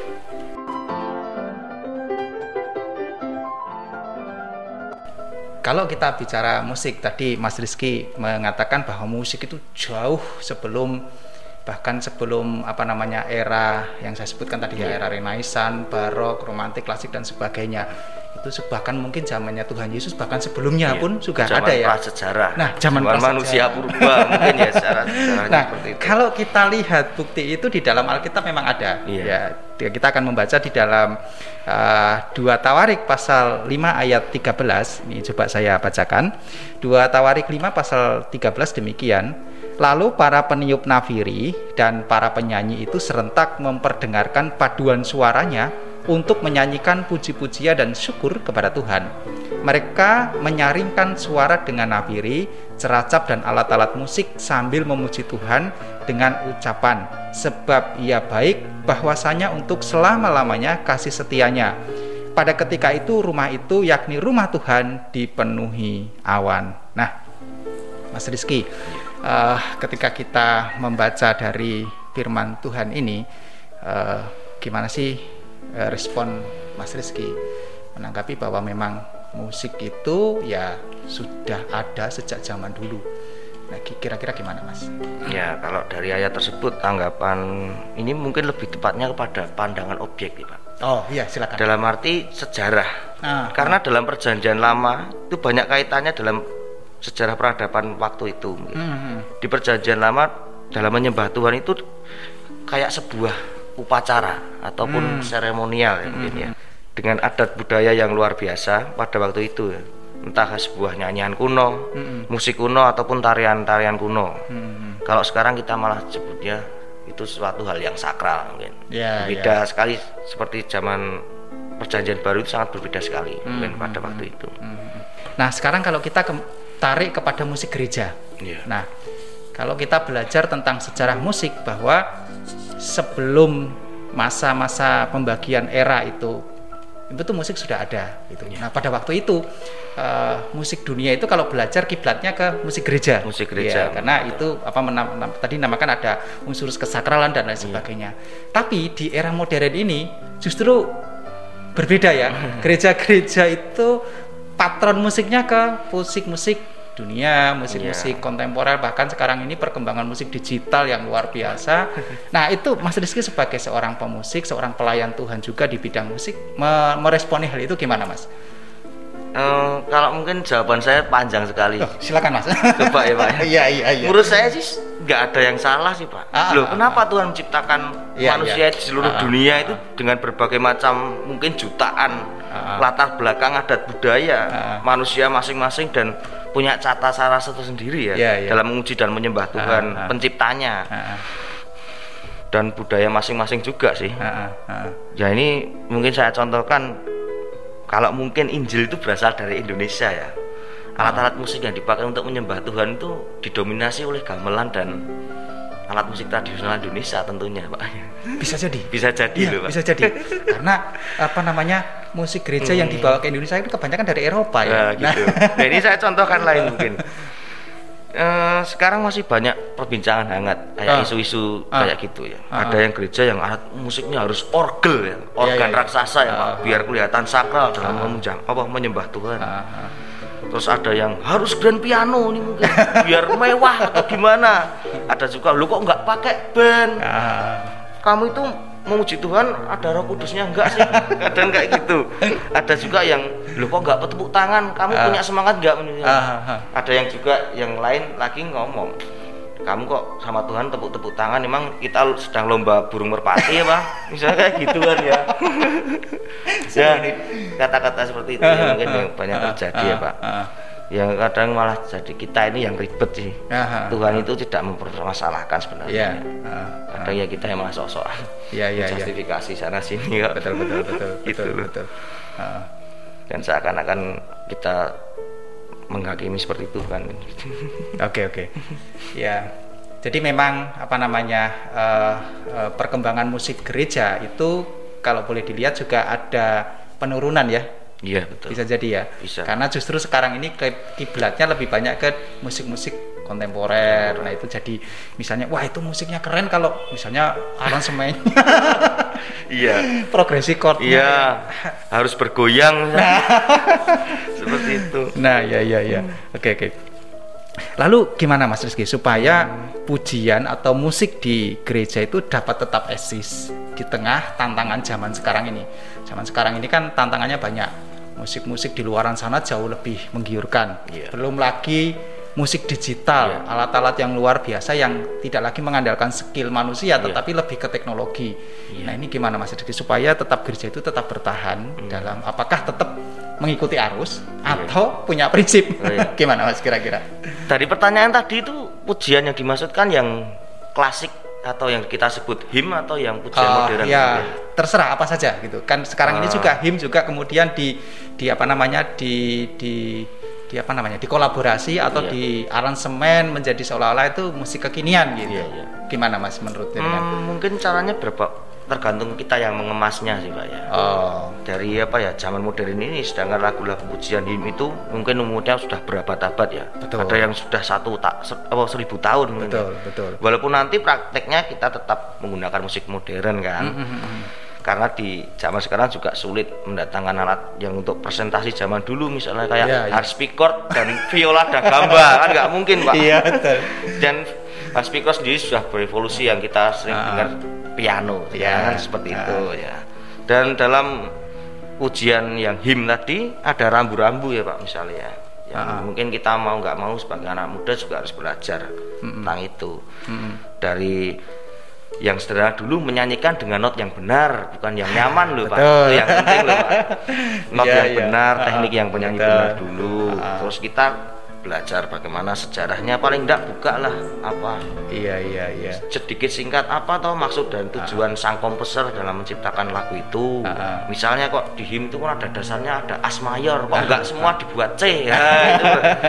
Kalau kita bicara musik, tadi Mas Rizky mengatakan bahwa musik itu jauh sebelum bahkan sebelum apa namanya era yang saya sebutkan tadi ya, era Renaissance, Barok, Romantik, Klasik dan sebagainya. Itu bahkan mungkin zamannya Tuhan Yesus bahkan sebelumnya iya. pun sudah zaman ada ya. Prasejarah. Nah, zaman, zaman manusia purba mungkin ya secara sejarahnya nah, seperti itu. Kalau kita lihat bukti itu di dalam Alkitab memang ada. Iya. Ya, kita akan membaca di dalam uh, dua Tawarik pasal lima ayat tiga belas. Ini coba saya bacakan. dua Tawarik lima pasal tiga belas demikian. Lalu para peniup nafiri dan para penyanyi itu serentak memperdengarkan paduan suaranya untuk menyanyikan puji-pujian dan syukur kepada Tuhan. Mereka menyaringkan suara dengan nafiri, ceracap dan alat-alat musik sambil memuji Tuhan dengan ucapan, sebab Ia baik, bahwasanya untuk selama-lamanya kasih setianya. Pada ketika itu rumah itu, yakni rumah Tuhan, dipenuhi awan. Nah, Mas Rizky, uh, ketika kita membaca dari firman Tuhan ini, uh, gimana sih uh, respon Mas Rizky menanggapi bahwa memang musik itu ya sudah ada sejak zaman dulu? Nah, kira-kira gimana Mas? Ya, kalau dari ayat tersebut tanggapan ini mungkin lebih tepatnya kepada pandangan objektif, Pak. Oh iya, silakan. Dalam arti sejarah. Ah, Karena ah. dalam perjanjian lama itu banyak kaitannya dalam sejarah peradaban waktu itu. Mm-hmm. Di perjanjian lama dalam menyembah Tuhan itu kayak sebuah upacara ataupun mm. seremonial ya, mm-hmm. mungkin ya, dengan adat budaya yang luar biasa pada waktu itu ya. Entah sebuah nyanyian kuno, mm-hmm. musik kuno ataupun tarian-tarian kuno. Mm-hmm. Kalau sekarang kita malah sebutnya itu suatu hal yang sakral mungkin. Yeah, berbeda yeah. sekali seperti zaman perjanjian baru itu sangat berbeda sekali mm-hmm. mungkin pada waktu itu. Mm-hmm. Nah, sekarang kalau kita ke tarik kepada musik gereja. Yeah. Nah, kalau kita belajar tentang sejarah musik bahwa sebelum masa-masa pembagian era itu, itu tuh musik sudah ada. Gitu. Yeah. Nah, pada waktu itu uh, musik dunia itu kalau belajar kiblatnya ke musik gereja. Musik gereja. Ya, karena itu apa menam, menam, tadi namakan ada unsur kesakralan dan lain sebagainya. Yeah. Tapi di era modern ini justru berbeda ya. Gereja-gereja itu patron musiknya ke musik-musik dunia, musik-musik yeah. kontemporer, bahkan sekarang ini perkembangan musik digital yang luar biasa. Nah, itu Mas Rizky sebagai seorang pemusik, seorang pelayan Tuhan juga di bidang musik, me- meresponi hal itu gimana Mas? Uh, kalau mungkin jawaban saya panjang sekali. Oh, silakan Mas. Coba ya Pak. Iya iya iya. Menurut saya sih nggak ada yang salah sih Pak. Ah, Loh, ah, kenapa ah, Tuhan menciptakan iya, manusia iya. di seluruh ah, dunia ah, itu dengan berbagai macam mungkin jutaan ah, latar belakang adat budaya ah, manusia masing-masing dan punya cata cara sendiri ya iya, iya. dalam menguji dan menyembah Tuhan ah, ah, penciptanya. Ah, ah. Dan budaya masing-masing juga sih. Ah, ah, ah. Ya ini mungkin saya contohkan. Kalau mungkin Injil itu berasal dari Indonesia ya. Alat-alat musik yang dipakai untuk menyembah Tuhan itu didominasi oleh gamelan dan alat musik tradisional Indonesia tentunya, Pak. Bisa jadi. Bisa jadi ya, loh, Pak. Bisa jadi. Karena apa namanya? Musik gereja hmm. yang dibawa ke Indonesia itu kebanyakan dari Eropa ya. Nah, gitu. Nah, ini saya contohkan lain mungkin. Uh, sekarang masih banyak perbincangan hangat kayak uh, isu-isu uh, kayak gitu ya. Uh, Ada yang gereja yang alat musiknya harus orgel ya, organ iya, iya, raksasa ya, uh, Pak, biar kelihatan sakral dalam uh, memunjam, apa menyembah Tuhan. Uh, uh. Terus ada yang harus grand piano nih mungkin biar mewah atau gimana. Ada juga lu kok nggak pakai band. Uh. Kamu itu memuji Tuhan ada Roh Kudusnya enggak sih? Kadang kayak gitu. Ada juga yang lu kok enggak bertepuk tangan, kamu uh, punya semangat enggak menurut? Uh, uh, uh. Ada yang juga yang lain lagi ngomong, kamu kok sama Tuhan tepuk-tepuk tangan, emang kita sedang lomba burung merpati ya Pak? Misalnya kayak gitu kan ya. Ya kata-kata seperti itu ya, mungkin yang banyak terjadi ya Pak. Yang kadang malah jadi kita ini yang ribet sih. Aha, Tuhan aha. itu tidak mempermasalahkan sebenarnya. Ya, aha, kadang ya kita yang malah sok-sokan. Ya, ya, justifikasi ya. sana sini kok. Betul betul betul gitu betul. betul. Uh. Dan seakan-akan kita menghakimi seperti itu kan. Oke oke. Ya. Jadi memang apa namanya uh, uh, perkembangan musik gereja itu kalau boleh dilihat juga ada penurunan ya. Iya betul. Bisa jadi ya. Bisa. Karena justru sekarang ini kiblatnya lebih banyak ke musik-musik kontemporer. Nah itu jadi misalnya wah itu musiknya keren kalau misalnya aransemennya. Iya. Progresi chordnya. Iya. Ya. Harus bergoyang. Nah. Seperti itu. Nah ya ya ya. Hmm. Oke oke. Lalu gimana Mas Rizky supaya hmm. pujian atau musik di gereja itu dapat tetap eksis di tengah tantangan zaman sekarang ini. Zaman sekarang ini kan tantangannya banyak. Musik-musik di luaran sana jauh lebih menggiurkan. Yeah. Belum lagi musik digital, yeah. alat-alat yang luar biasa yang tidak lagi mengandalkan skill manusia, yeah. tetapi lebih ke teknologi. Yeah. Nah ini gimana Mas Rizky supaya tetap gereja itu tetap bertahan mm. dalam, apakah tetap mengikuti arus yeah. atau punya prinsip? Oh, yeah. Gimana Mas kira-kira? Dari pertanyaan tadi itu pujian yang dimaksudkan yang klasik atau yang kita sebut hymn atau yang pujian uh, modern? Ya, terserah apa saja gitu. Kan sekarang uh. ini juga hymn juga kemudian di di apa namanya di di di apa namanya dikolaborasi atau iya. di aransemen menjadi seolah-olah itu musik kekinian gitu. Iya, iya. Gimana Mas menurut hmm, mungkin caranya berapa tergantung kita yang mengemasnya sih Pak ya. Oh. Dari apa ya zaman modern ini sedangkan lagu-lagu pujian hymn itu mungkin umurnya sudah berabad-abad ya. Betul. Ada yang sudah satu tak apa seribu tahun mungkin. Betul, ya. betul. Walaupun nanti prakteknya kita tetap menggunakan musik modern kan. Mm-hmm. Karena di zaman sekarang juga sulit mendatangkan alat yang untuk presentasi zaman dulu misalnya kayak yeah, yeah. harpsichord dan viola da gamba kan nggak mungkin Pak. Iya betul. Dan harpsichord sendiri sudah berevolusi yang kita sering uh. dengar piano, ya kan seperti uh. itu ya. Dan dalam ujian yang hymn tadi ada rambu-rambu ya Pak misalnya. Yang uh. mungkin kita mau nggak mau sebagai anak muda juga harus belajar mm-hmm. tentang itu. Mm-hmm. Dari yang sederhana dulu menyanyikan dengan not yang benar, bukan yang nyaman loh Pak. Itu yang penting loh Pak. Not yeah, yang yeah. benar, teknik uh, yang penyanyi betul. benar dulu. Uh. Terus kita belajar bagaimana sejarahnya, paling enggak buka lah apa. Iya iya iya. Sedikit singkat apa toh maksud dan tujuan uh. sang komposer dalam menciptakan lagu itu. Uh. Misalnya kok di hymn itu kan ada dasarnya ada as mayor, kok enggak uh. semua dibuat C. Ya, itu.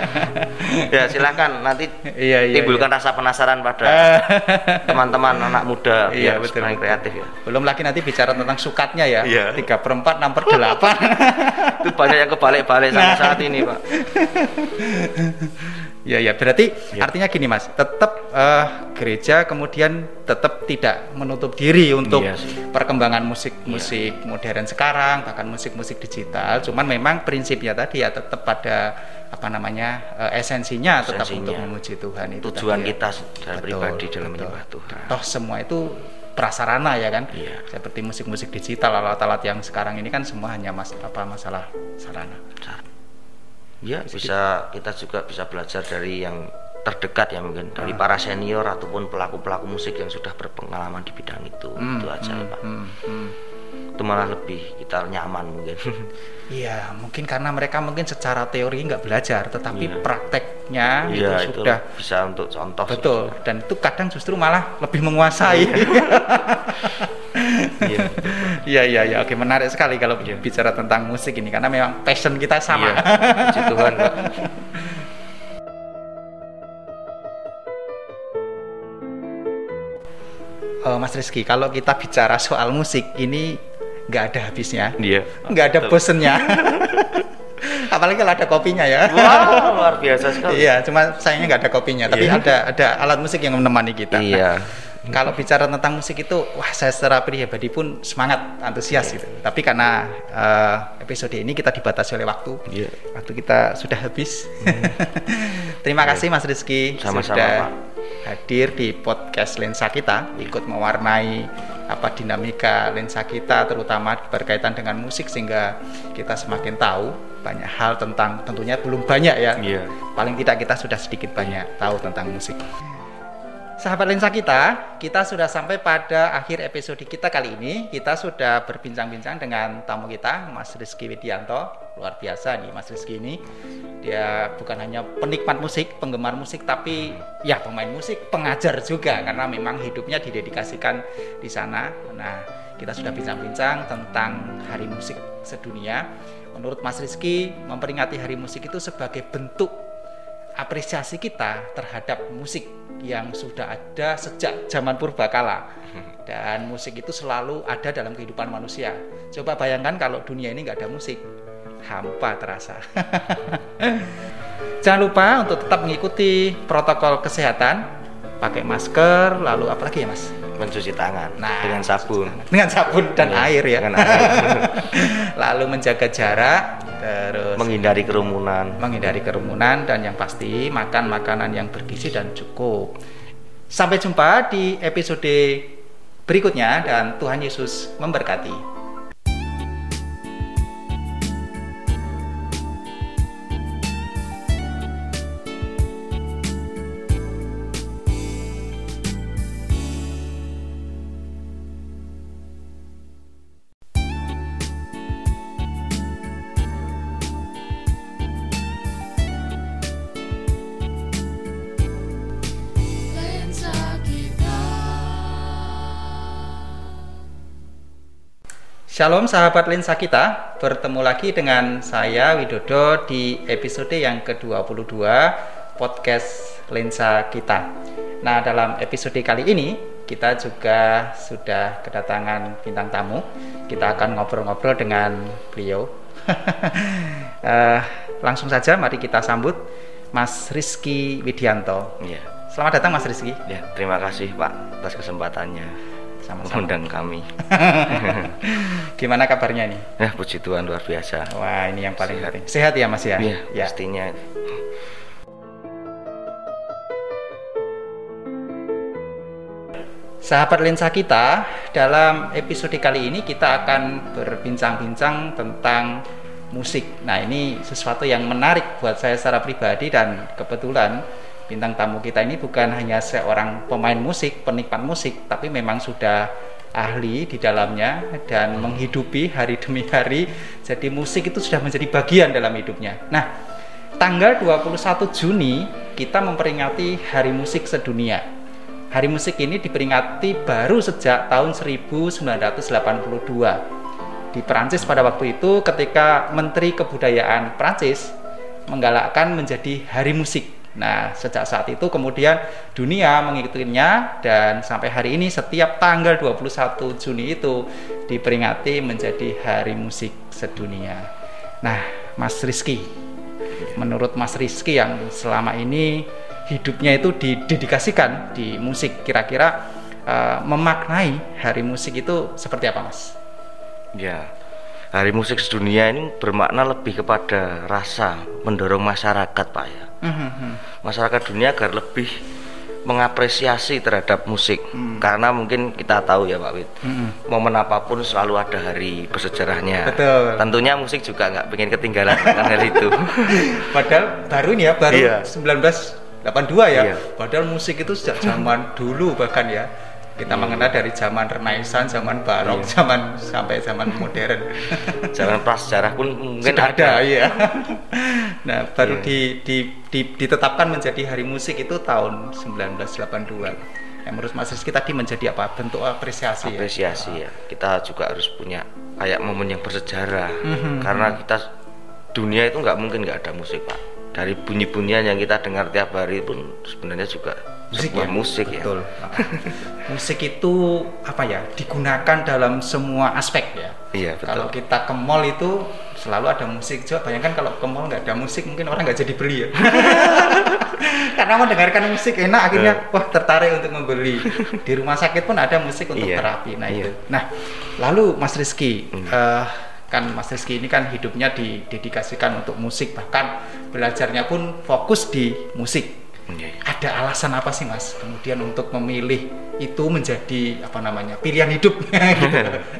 Ya silakan nanti iya, iya, timbulkan iya. rasa penasaran pada uh. teman-teman anak muda iya, biar betul, kreatif ya. Belum lagi nanti bicara tentang sukatnya ya. tiga per empat, enam per delapan. Itu banyak yang kebalik-balik sampai nah. saat ini Pak. Ya ya berarti ya. Artinya gini Mas, tetap uh, gereja kemudian tetap tidak menutup diri untuk iya perkembangan musik-musik iya. modern sekarang, bahkan musik-musik digital. Cuman memang prinsipnya tadi ya tetap pada apa namanya uh, esensinya, esensinya tetap untuk memuji Tuhan itu. Tujuan tadi, kita ya. secara pribadi dalam menyembah Tuhan. Toh semua itu prasarana ya kan, iya. seperti musik-musik digital, alat-alat yang sekarang ini kan semua hanya mas apa masalah sarana. Ya, bisa kita juga bisa belajar dari yang terdekat ya mungkin dari para senior ataupun pelaku-pelaku musik yang sudah berpengalaman di bidang itu. Hmm, itu aja hmm, Pak. Hmm, hmm. Itu malah lebih kita nyaman mungkin. Iya, mungkin karena mereka mungkin secara teori nggak belajar, tetapi yeah. prakteknya yeah, itu sudah itu bisa untuk contoh. Betul, gitu. Dan itu kadang justru malah lebih menguasai. Iya, iya, iya. Oke, menarik sekali kalau yeah. bicara tentang musik ini karena memang passion kita sama. Yeah. Puji Tuhan, Pak. Oh, Mas Rizky, kalau kita bicara soal musik ini nggak ada habisnya, iya, nggak ada bosennya. Apalagi kalau ada kopinya ya. Wow, luar biasa sekali. Iya, cuma sayangnya nggak ada kopinya, tapi iya. ada ada alat musik yang menemani kita. Iya. Nah, kalau bicara tentang musik itu, wah saya secara pribadi pun semangat, antusias iya. gitu. Tapi karena uh, episode ini kita dibatasi oleh waktu, iya. waktu kita sudah habis. Hmm. Terima iya. kasih Mas Rizky Sama-sama, sudah Pak. hadir di podcast Lensa Kita, ikut mewarnai apa dinamika lensa kita terutama berkaitan dengan musik sehingga kita semakin tahu banyak hal tentang, tentunya belum banyak ya, yeah. paling tidak kita sudah sedikit banyak tahu tentang musik. Sahabat Lensa Kita, kita sudah sampai pada akhir episode kita kali ini. Kita sudah berbincang-bincang dengan tamu kita, Mas Rizky Widianto. Luar biasa nih Mas Rizky ini. Dia bukan hanya penikmat musik, penggemar musik, tapi ya pemain musik, pengajar juga karena memang hidupnya didedikasikan di sana. Nah, kita sudah bincang-bincang tentang Hari Musik Sedunia. Menurut Mas Rizky, memperingati Hari Musik itu sebagai bentuk apresiasi kita terhadap musik yang sudah ada sejak zaman purbakala, dan musik itu selalu ada dalam kehidupan manusia. Coba bayangkan kalau dunia ini nggak ada musik, hampa terasa. Jangan lupa untuk tetap mengikuti protokol kesehatan, pakai masker, lalu apa lagi ya Mas? Mencuci tangan nah, dengan sabun, dengan sabun dan ya, air ya. Air. Lalu menjaga jarak, terus menghindari kerumunan, menghindari kerumunan dan yang pasti makan makanan yang bergizi dan cukup. Sampai jumpa di episode berikutnya dan Tuhan Yesus memberkati. Shalom sahabat Lensa Kita, bertemu lagi dengan saya Widodo di episode yang ke dua puluh dua podcast Lensa Kita. Nah, dalam episode kali ini kita juga sudah kedatangan bintang tamu. Kita akan ngobrol-ngobrol dengan beliau. uh, langsung saja mari kita sambut Mas Rizky Widianto. Ya. Selamat datang Mas Rizky. Ya, terima kasih Pak atas kesempatannya. Sama-sama undang kami. Gimana kabarnya nih? Ya, puji Tuhan luar biasa. Wah, ini yang paling penting. Sehat. Sehat ya Mas ya? Iya, ya. Pastinya. Sahabat Lensa Kita, dalam episode kali ini kita akan berbincang-bincang tentang musik. Nah, ini sesuatu yang menarik buat saya secara pribadi dan kebetulan bintang tamu kita ini bukan hanya seorang pemain musik, penikmat musik, tapi memang sudah ahli di dalamnya dan menghidupi hari demi hari. Jadi musik itu sudah menjadi bagian dalam hidupnya. Nah, tanggal dua puluh satu Juni kita memperingati Hari Musik Sedunia. Hari musik ini diperingati baru sejak tahun seribu sembilan ratus delapan puluh dua di Perancis pada waktu itu, ketika Menteri Kebudayaan Perancis menggalakkan menjadi Hari Musik. Nah, sejak saat itu kemudian dunia mengikutinya dan sampai hari ini setiap tanggal dua puluh satu Juni itu diperingati menjadi Hari Musik Sedunia. Nah, Mas Rizky, menurut Mas Rizky yang selama ini hidupnya itu didedikasikan di musik, kira-kira uh, memaknai Hari Musik itu seperti apa, Mas? Ya, Hari Musik Sedunia ini bermakna lebih kepada rasa mendorong masyarakat, Pak ya. Mm-hmm. Masyarakat dunia agar lebih mengapresiasi terhadap musik. Hmm. Karena mungkin kita tahu ya Pak Wid, hmm. momen apapun selalu ada hari bersejarahnya. Betul. Tentunya musik juga nggak pengen ketinggalan dengan hal itu. Padahal baru nih ya, baru iya. sembilan belas delapan puluh dua ya. Iya. Padahal musik itu sejak zaman dulu bahkan ya. Kita hmm. mengenal dari zaman Renaissance, zaman Barok, hmm. zaman sampai zaman modern. Zaman prasejarah pun mungkin sudah ada, ada ya. Nah, baru yeah. di, di, di, ditetapkan menjadi Hari Musik itu tahun sembilan belas delapan puluh dua. Yang menurut Mas Rizky tadi menjadi apa? Bentuk apresiasi. Apresiasi ya. ya. Kita juga harus punya kayak momen yang bersejarah. Mm-hmm. Karena kita dunia itu nggak mungkin nggak ada musik Pak. Dari bunyi-bunyian yang kita dengar tiap hari pun sebenarnya juga musik ya, musik betul. Ya. Musik itu apa ya? Digunakan dalam semua aspek ya. Iya betul. Kalau kita ke mall itu selalu ada musik. Coba bayangkan kalau ke mall nggak ada musik, mungkin orang nggak jadi beli ya. Karena mendengarkan musik enak, akhirnya wah tertarik untuk membeli. Di rumah sakit pun ada musik untuk iya. terapi. Nah iya. itu. Nah lalu Mas Rizky. Hmm. Uh, kan Mas Rizky ini kan hidupnya didedikasikan untuk musik, bahkan belajarnya pun fokus di musik. Okay. Ada alasan apa sih Mas kemudian untuk memilih itu menjadi apa namanya pilihan hidup? Gitu.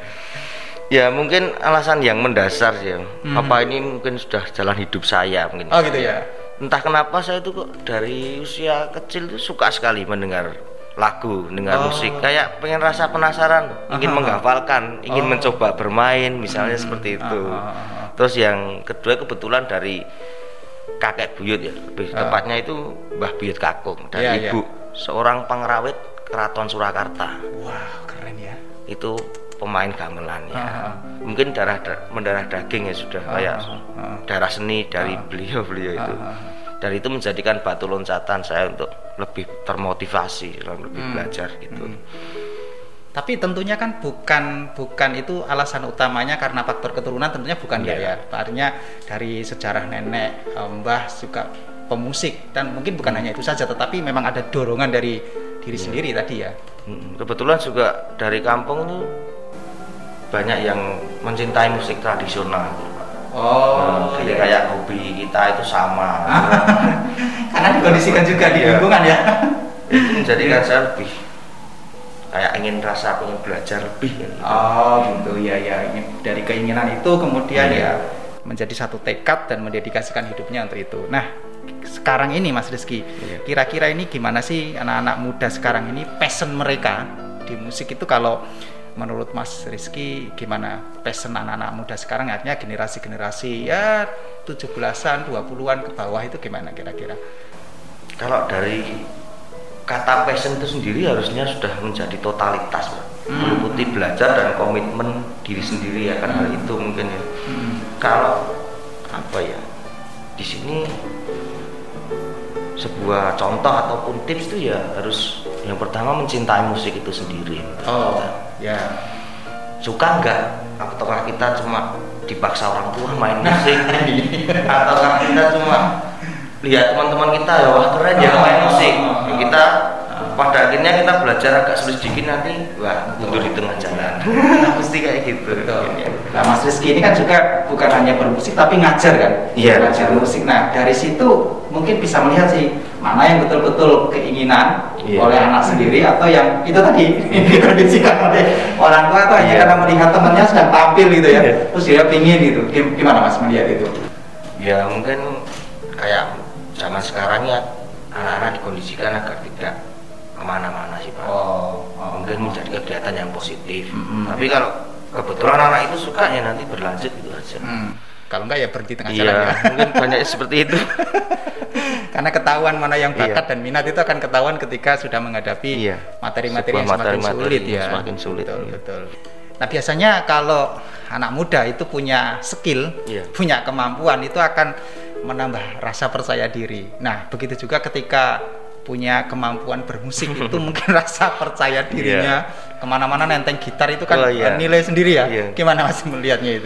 Ya mungkin alasan yang mendasar sih ya. Hmm. Apa ini mungkin sudah jalan hidup saya mungkin. Oh gitu ya. Entah kenapa saya itu kok dari usia kecil tuh suka sekali mendengar lagu, dengar oh. musik, kayak pengen rasa penasaran, ingin Aha. menghafalkan, ingin oh. mencoba bermain misalnya hmm. seperti itu. Aha. Terus yang kedua kebetulan dari kakek buyut ya, lebih uh. tepatnya itu Mbah Buyut Kakung dan yeah, ibu yeah. seorang pengrawit Keraton Surakarta. Wow, keren ya. Itu pemain gamelan ya. Uh. Mungkin darah mendarah daging ya sudah uh. kayak uh. darah seni dari uh. beliau-beliau itu. Uh. Dan itu menjadikan batu loncatan saya untuk lebih termotivasi, lebih hmm. belajar gitu. Hmm. Tapi tentunya kan bukan bukan itu alasan utamanya karena faktor keturunan, tentunya bukan yeah. ya. Artinya dari sejarah nenek, mbah juga pemusik dan mungkin bukan hmm. hanya itu saja, tetapi memang ada dorongan dari diri yeah. sendiri tadi ya. Hmm. Kebetulan juga dari kampung itu banyak yang mencintai musik tradisional. Oh, nah, jadi iya. kayak hobi kita itu sama. Karena dikondisikan juga di lingkungan ya. Itu menjadikan saya lebih kayak ingin rasa pengen belajar lebih. Gitu. Oh gitu ya ya. Dari keinginan itu kemudian iya. ya menjadi satu tekad dan mendedikasikan hidupnya untuk itu. Nah sekarang ini Mas Rizky, iya. kira-kira ini gimana sih anak-anak muda sekarang ini passion mereka di musik itu kalau menurut Mas Rizky gimana passion anak-anak muda sekarang, artinya generasi-generasi ya tujuh belasan, dua puluhan ke bawah itu gimana kira-kira? Kalau dari kata passion itu sendiri harusnya sudah menjadi totalitas, hmm. meliputi belajar dan komitmen diri sendiri akan hmm. hal itu mungkin ya. Hmm. Kalau apa ya di sini sebuah contoh ataupun tips itu ya harus yang pertama mencintai musik itu sendiri. Oh. Ya, suka enggak? Ataukah kita cuma dipaksa orang tua main musik? Ataukah kita cuma lihat teman-teman kita ya wah keren ya main musik? Kita pada akhirnya kita belajar agak sulit sedikit nanti wah mundur di tengah jalan. Mesti kayak gitu. Betul. Nah Mas Rizky ini kan juga bukan hanya bermusik tapi ngajar kan? Iya. Ngajar musik. Nah dari situ mungkin bisa melihat sih mana yang betul-betul keinginan yeah. oleh anak sendiri atau yang itu tadi dikondisikan oleh orang tua atau hanya yeah. karena melihat temannya sedang tampil gitu ya, yeah. terus dia pingin gitu. Gimana Mas melihat itu? Ya mungkin kayak zaman sekarang ya anak-anak dikondisikan agar tidak kemana-mana sih Pak. Oh, oh, mungkin oh. menjadi kegiatan yang positif. Mm-hmm. Tapi kalau kebetulan anak itu suka ya nanti berlanjut gitu aja. Mm. Kalau enggak ya berhenti tengah iya, jalan ya. Mungkin banyak seperti itu. Karena ketahuan mana yang bakat iya. dan minat itu akan ketahuan ketika sudah menghadapi iya. materi-materi yang semakin materi sulit ya. Semakin sulit. Betul, iya. betul. Nah biasanya kalau anak muda itu punya skill, iya. punya kemampuan itu akan menambah rasa percaya diri. Nah begitu juga ketika punya kemampuan bermusik itu mungkin rasa percaya dirinya yeah. kemana-mana nenteng gitar itu kan oh, yeah. nilai sendiri ya. Yeah. Gimana Mas melihatnya itu?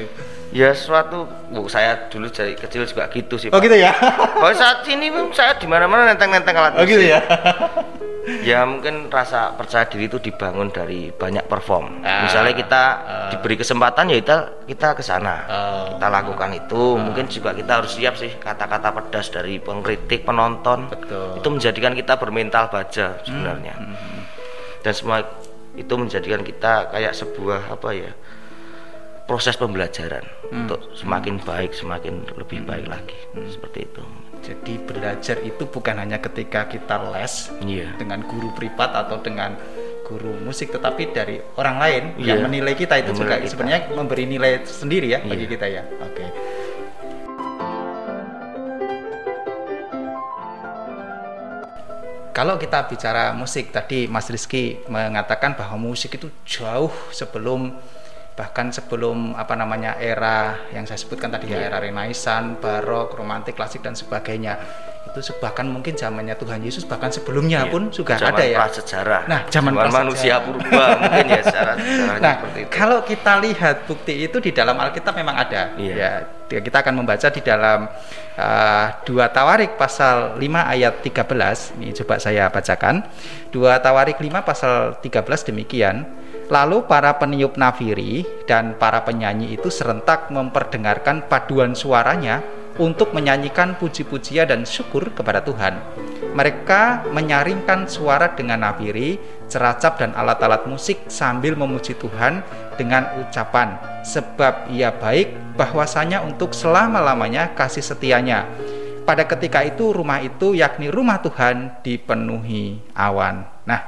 Ya suatu, bu saya dulu dari kecil juga gitu sih. Oh Pak. gitu ya. Kalau saat ini saya di mana-mana nenteng-nenteng alat musik. Oh gitu ya. Ya mungkin rasa percaya diri itu dibangun dari banyak perform. Ah, Misalnya kita ah. diberi kesempatan ya kita kita ke sana. Oh. Kita lakukan itu. Ah. Mungkin juga kita harus siap sih kata-kata pedas dari pengkritik, penonton. Betul. Itu menjadikan kita bermental baja sebenarnya. Hmm. Hmm. Dan semua itu menjadikan kita kayak sebuah apa ya? Proses pembelajaran hmm. untuk semakin baik, semakin lebih hmm. baik lagi. Hmm. Seperti itu. Jadi belajar itu bukan hanya ketika kita les yeah. dengan guru privat atau dengan guru musik, tetapi dari orang lain yeah. yang menilai kita itu yang juga kita. Sebenarnya memberi nilai sendiri ya yeah. bagi kita ya. Oke. Okay. Kalau kita bicara musik, tadi Mas Rizky mengatakan bahwa musik itu jauh sebelum, bahkan sebelum apa namanya era yang saya sebutkan tadi ya, era Renaissance, Barok, Romantik, Klasik dan sebagainya. Itu bahkan mungkin zamannya Tuhan Yesus, bahkan sebelumnya yeah. pun juga zaman ada ya. Prasejarah. Nah, zaman, zaman manusia purba mungkin ya secara sejarahnya nah, seperti itu. Kalau kita lihat bukti itu di dalam Alkitab memang ada. Yeah. Ya, kita akan membaca di dalam uh, dua Tawarik pasal lima ayat tiga belas. Ini coba saya bacakan. dua Tawarik lima pasal tiga belas demikian. Lalu para peniup nafiri dan para penyanyi itu serentak memperdengarkan paduan suaranya untuk menyanyikan puji-pujian dan syukur kepada Tuhan. Mereka menyaringkan suara dengan nafiri, ceracap dan alat-alat musik sambil memuji Tuhan dengan ucapan, sebab Ia baik, bahwasanya untuk selama-lamanya kasih setianya. Pada ketika itu rumah itu, yakni rumah Tuhan, dipenuhi awan. Nah,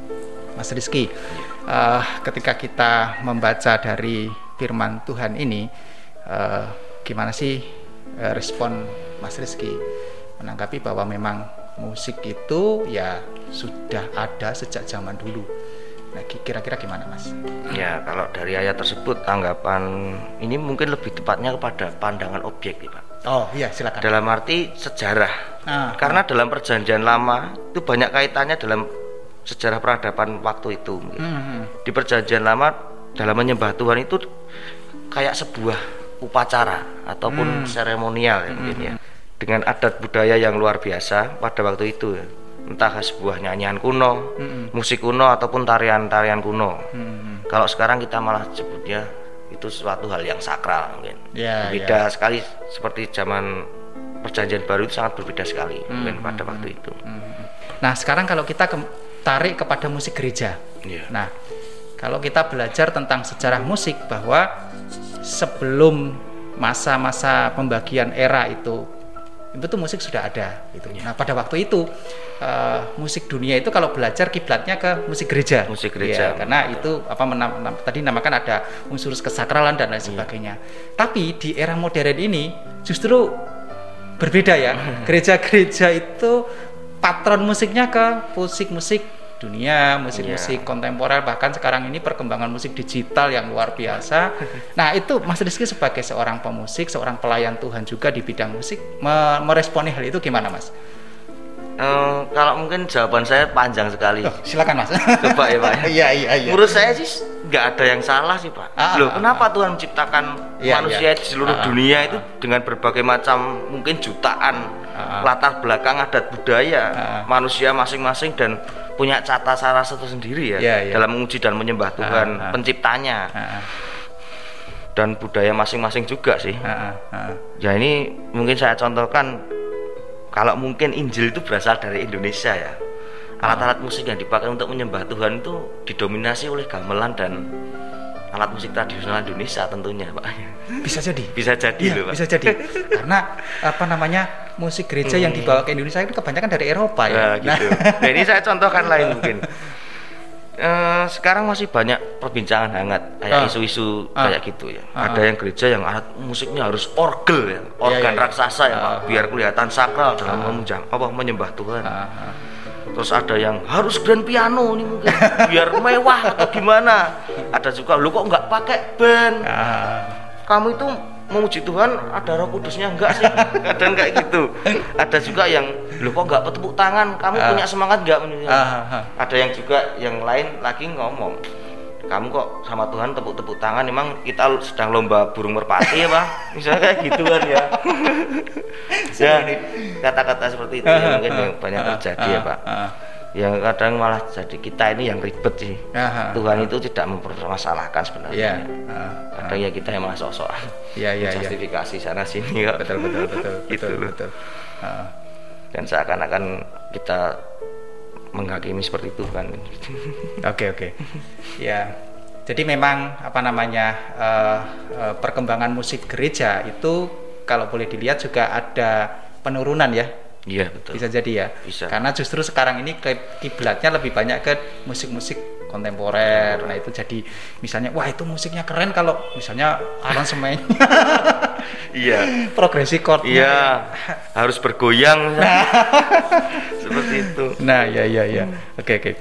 Mas Rizky, Uh, ketika kita membaca dari firman Tuhan ini, uh, gimana sih uh, respon Mas Rizky menanggapi bahwa memang musik itu ya sudah ada sejak zaman dulu? Nah, kira-kira gimana Mas? Ya, kalau dari ayat tersebut tanggapan ini mungkin lebih tepatnya kepada pandangan objek, Pak. Oh iya, silakan. Dalam arti sejarah. Ah, Karena ah. dalam perjanjian lama itu banyak kaitannya dalam sejarah peradaban waktu itu. Mm-hmm. Di perjanjian lama dalam menyembah Tuhan itu kayak sebuah upacara ataupun mm. seremonial ya, mm-hmm. mungkin ya, dengan adat budaya yang luar biasa pada waktu itu ya. Entah sebuah nyanyian kuno, mm-hmm. musik kuno ataupun tarian-tarian kuno. Mm-hmm. Kalau sekarang kita malah sebutnya itu suatu hal yang sakral mungkin. Yeah, berbeda yeah. sekali seperti zaman perjanjian baru itu sangat berbeda sekali mm-hmm. mungkin pada waktu itu. Mm-hmm. Nah, sekarang kalau kita ke tarik kepada musik gereja. Yeah. Nah, kalau kita belajar tentang sejarah musik bahwa sebelum masa-masa pembagian era itu, itu tuh musik sudah ada. Gitu. Yeah. Nah, pada waktu itu uh, musik dunia itu kalau belajar kiblatnya ke musik gereja. Musik gereja. Ya, karena itu apa menam, menam, tadi namakan ada unsur kesakralan dan lain sebagainya. Yeah. Tapi di era modern ini justru berbeda ya. Gereja-gereja itu patron musiknya ke musik-musik dunia, musik-musik yeah. kontemporer, bahkan sekarang ini perkembangan musik digital yang luar biasa. Nah, itu Mas Rizky sebagai seorang pemusik, seorang pelayan Tuhan juga di bidang musik, me- meresponi hal itu gimana Mas? Uh, kalau mungkin jawaban saya panjang sekali. Oh, silakan Mas. Coba ya Pak. Iya iya iya. Menurut saya sih nggak ada yang salah sih Pak. Ah, Loh, ah, kenapa ah, Tuhan menciptakan iya, manusia iya. di seluruh ah, dunia ah, itu ah. dengan berbagai macam mungkin jutaan ah, latar belakang adat budaya ah, manusia masing-masing dan punya cata cara tersendiri ya yeah, yeah. dalam menguji dan menyembah Tuhan ah, ah. penciptanya ah, ah. dan budaya masing-masing juga sih. Ah, ah. Ya ini mungkin saya contohkan. Kalau mungkin Injil itu berasal dari Indonesia ya. Alat-alat musik yang dipakai untuk menyembah Tuhan itu didominasi oleh gamelan dan alat musik tradisional Indonesia tentunya, Pak. Bisa jadi. Bisa jadi ya, loh, Pak. Bisa jadi. Karena apa namanya? Musik gereja hmm. yang dibawa ke Indonesia itu kebanyakan dari Eropa ya. Nah, gitu. Nah, ini saya contohkan lain mungkin. Uh, sekarang masih banyak perbincangan hangat kayak uh, isu-isu uh, kayak gitu ya. Uh, Ada yang gereja yang alat musiknya harus orgel ya, organ yeah, yeah, raksasa ya, uh, Pak, biar kelihatan sakral dalam uh, memuja, apa menyembah Tuhan. Uh, uh. Terus ada yang harus grand piano nih mungkin biar mewah atau gimana. Ada juga lu kok nggak pakai band. Uh. Kamu itu memuji Tuhan ada Roh Kudusnya enggak sih? Kadang kayak gitu. Ada juga yang lu kok enggak tepuk tangan, kamu uh, punya semangat enggak? Uh, uh, uh. Ada yang juga yang lain lagi ngomong kamu kok sama Tuhan tepuk-tepuk tangan, emang kita sedang lomba burung merpati ya Pak? Misalnya kayak gitu kan ya. Ya kata-kata seperti itu ya, mungkin yang banyak terjadi ya Pak. Yang kadang malah jadi kita ini yang ribet sih. Tuhan itu tidak mempermasalahkan sebenarnya. Kadang ya kita yang malah sok-sokan. Iya iya. Justifikasi sana sini kok. Betul betul betul. Gitu betul, betul. Dan seakan-akan kita menghakimi seperti itu kan. Oke oke. Ya. Jadi memang apa namanya uh, uh, perkembangan musik gereja itu kalau boleh dilihat juga ada penurunan ya. Iya betul. Bisa jadi ya. Bisa. Karena justru sekarang ini kiblatnya lebih banyak ke musik-musik kontemporer. Nah itu jadi misalnya wah itu musiknya keren kalau misalnya aransemennya iya progresi chordnya iya harus bergoyang nah. Seperti itu. Nah ya ya ya oke oke.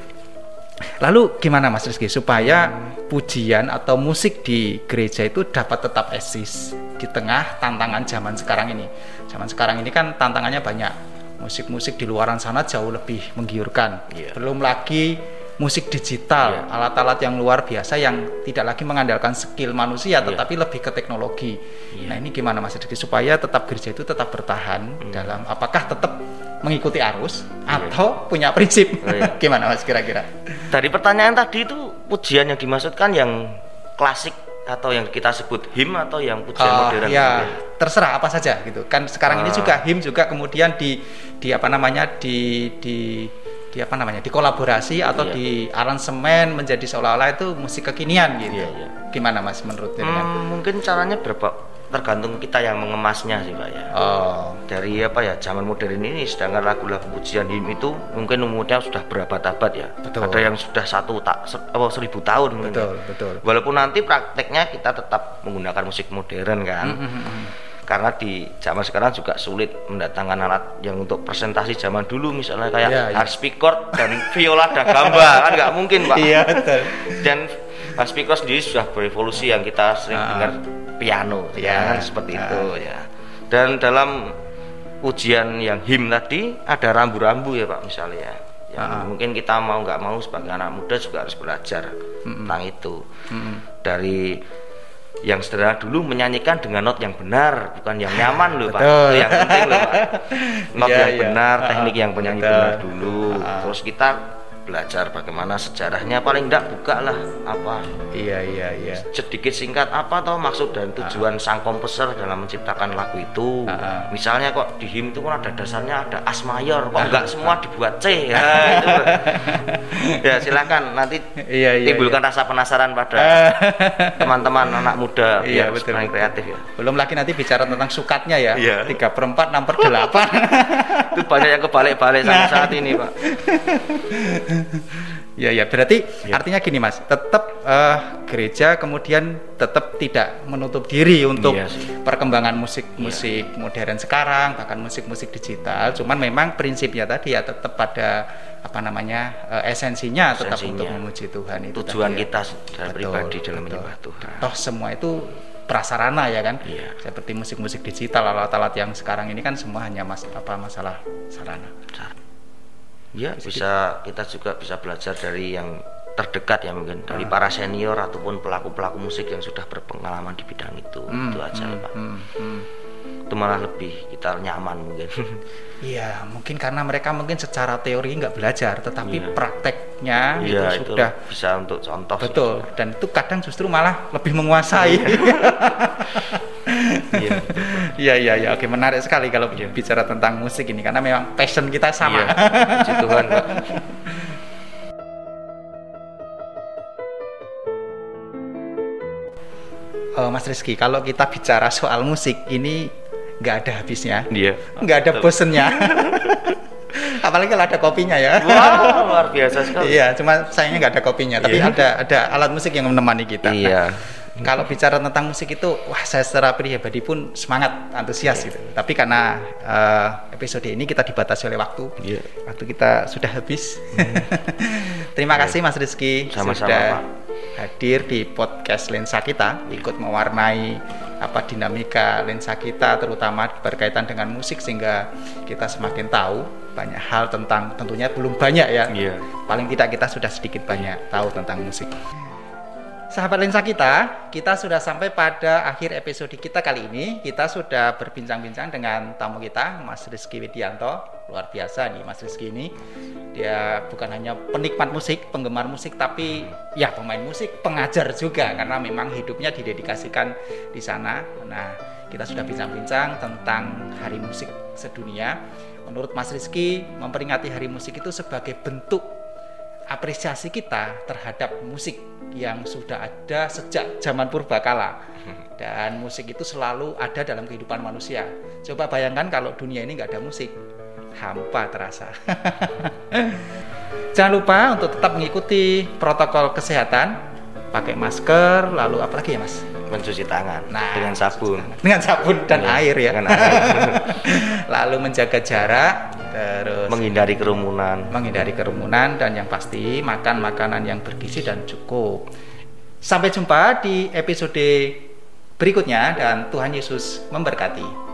Lalu gimana Mas Rizky supaya pujian atau musik di gereja itu dapat tetap eksis di tengah tantangan zaman sekarang ini? Zaman sekarang ini kan tantangannya banyak, musik-musik di luaran sana jauh lebih menggiurkan. Yeah. Belum lagi musik digital, yeah. alat-alat yang luar biasa yang tidak lagi mengandalkan skill manusia tetapi yeah. lebih ke teknologi. Yeah. Nah ini gimana Mas Rizky supaya tetap gereja itu tetap bertahan mm. dalam apakah tetap mengikuti arus yeah. atau punya prinsip? Oh, yeah. Gimana Mas kira-kira? Dari pertanyaan tadi itu pujian yang dimaksudkan yang klasik atau yang kita sebut hymn atau yang pujian uh, modern? Ya terserah apa saja gitu. Kan sekarang uh. ini juga hymn juga kemudian di di apa namanya di di di apa namanya dikolaborasi atau yeah. di aransemen menjadi seolah-olah itu musik kekinian gitu. Yeah, yeah. Gimana Mas menurut dengan? Hmm, mungkin caranya berapa tergantung kita yang mengemasnya sih Pak ya. Oh. Dari apa ya zaman modern ini sedangkan lagu-lagu pujian hymn itu mungkin umurnya sudah berabad-abad ya. Betul. Ada yang sudah satu tak oh, seribu tahun mungkin. Betul, ya. betul. Walaupun nanti prakteknya kita tetap menggunakan musik modern kan. Mm-hmm. Karena di zaman sekarang juga sulit mendatangkan alat yang untuk presentasi zaman dulu misalnya kayak yeah, harpsichord yeah. dan viola da gamba kan nggak mungkin Pak. Iya betul. Dan harpsichord sendiri sudah berevolusi yang kita sering uh, dengar piano ya kan seperti uh. itu ya. Dan dalam ujian yang hymn tadi ada rambu-rambu ya Pak misalnya ya. Yang uh. mungkin kita mau nggak mau sebagai anak muda juga harus belajar mm-hmm. tentang itu. Mm-hmm. Dari yang sederhana dulu menyanyikan dengan not yang benar bukan yang nyaman loh Pak. Itu yang penting loh Pak. Not yeah, yang yeah. benar, teknik uh, yang penyanyi betul. benar dulu. Uh. Terus kita belajar bagaimana sejarahnya paling enggak buka lah apa iya iya iya sedikit singkat apa toh maksud dan tujuan uh. sang komposer dalam menciptakan lagu itu. uh. Misalnya kok di hymn itu kan ada dasarnya ada as mayor kok enggak uh. semua dibuat C ya, itu. Ya silakan nanti iya, iya, timbulkan iya. rasa penasaran pada teman-teman anak muda iya, biar betul, kreatif ya. Belum lagi nanti bicara tentang sukatnya ya iya. tiga per empat enam per delapan itu banyak yang kebalik-balik sampai nah. saat ini Pak. Ya ya berarti ya. Artinya gini Mas, tetap uh, gereja kemudian tetap tidak menutup diri untuk iya perkembangan musik-musik iya. modern sekarang, bahkan musik-musik digital. Cuman memang prinsipnya tadi ya tetap pada apa namanya uh, esensinya, esensinya tetap untuk memuji Tuhan itu. Tujuan tadi, kita ya. secara pribadi dalam menyembah Tuhan. Toh semua itu prasarana ya kan, iya. seperti musik-musik digital, alat-alat yang sekarang ini kan semua hanya mas apa masalah sarana. Ya bisa kita juga bisa belajar dari yang terdekat ya mungkin dari uh. para senior ataupun pelaku-pelaku musik yang sudah berpengalaman di bidang itu hmm, itu aja hmm, Pak. Hmm, hmm. Itu malah lebih kita nyaman mungkin. Iya mungkin karena mereka mungkin secara teori nggak belajar tetapi yeah. prakteknya yeah, itu sudah itu bisa untuk contoh. Betul sih. Dan itu kadang justru malah lebih menguasai. Iya iya iya ya. Oke menarik sekali kalau yeah. bicara tentang musik ini karena memang passion kita sama. Iya. Puji Tuhan Pak. Uh, Mas Rizky, kalau kita bicara soal musik ini nggak ada habisnya, iya. nggak ada bosennya. Apalagi kalau ada kopinya ya. Wow, luar biasa sekali. Iya, cuma sayangnya nggak ada kopinya, tapi iya. ada ada alat musik yang menemani kita. Iya. Kalau bicara tentang musik itu, wah saya secara pribadi pun semangat, antusias iya. gitu. Tapi karena uh, episode ini kita dibatasi oleh waktu, iya. waktu kita sudah habis. Hmm. Terima iya. kasih Mas Rizky sama-sama sudah Pak. hadir di podcast Lensa Kita, ikut mewarnai apa dinamika lensa kita terutama berkaitan dengan musik sehingga kita semakin tahu banyak hal tentang tentunya belum banyak ya. Yeah. Paling tidak kita sudah sedikit banyak tahu tentang musik. sahabat lensa kita, kita sudah sampai pada akhir episode kita kali ini. Kita sudah berbincang-bincang dengan tamu kita, Mas Rizky Widianto. Luar biasa nih Mas Rizky ini. Dia bukan hanya penikmat musik, penggemar musik, tapi ya pemain musik, pengajar juga, karena memang hidupnya didedikasikan di sana. Nah, kita sudah bincang-bincang tentang Hari Musik Sedunia. Menurut Mas Rizky, memperingati Hari Musik itu sebagai bentuk apresiasi kita terhadap musik yang sudah ada sejak zaman purbakala, dan musik itu selalu ada dalam kehidupan manusia. Coba bayangkan kalau dunia ini nggak ada musik, hampa terasa. Jangan lupa untuk tetap mengikuti protokol kesehatan, pakai masker, lalu apa lagi ya Mas? Mencuci tangan nah, dengan sabun, dengan sabun dan ya, air ya. Air. Lalu menjaga jarak, terus menghindari kerumunan, menghindari kerumunan, dan yang pasti makan makanan yang bergizi dan cukup. Sampai jumpa di episode berikutnya dan Tuhan Yesus memberkati.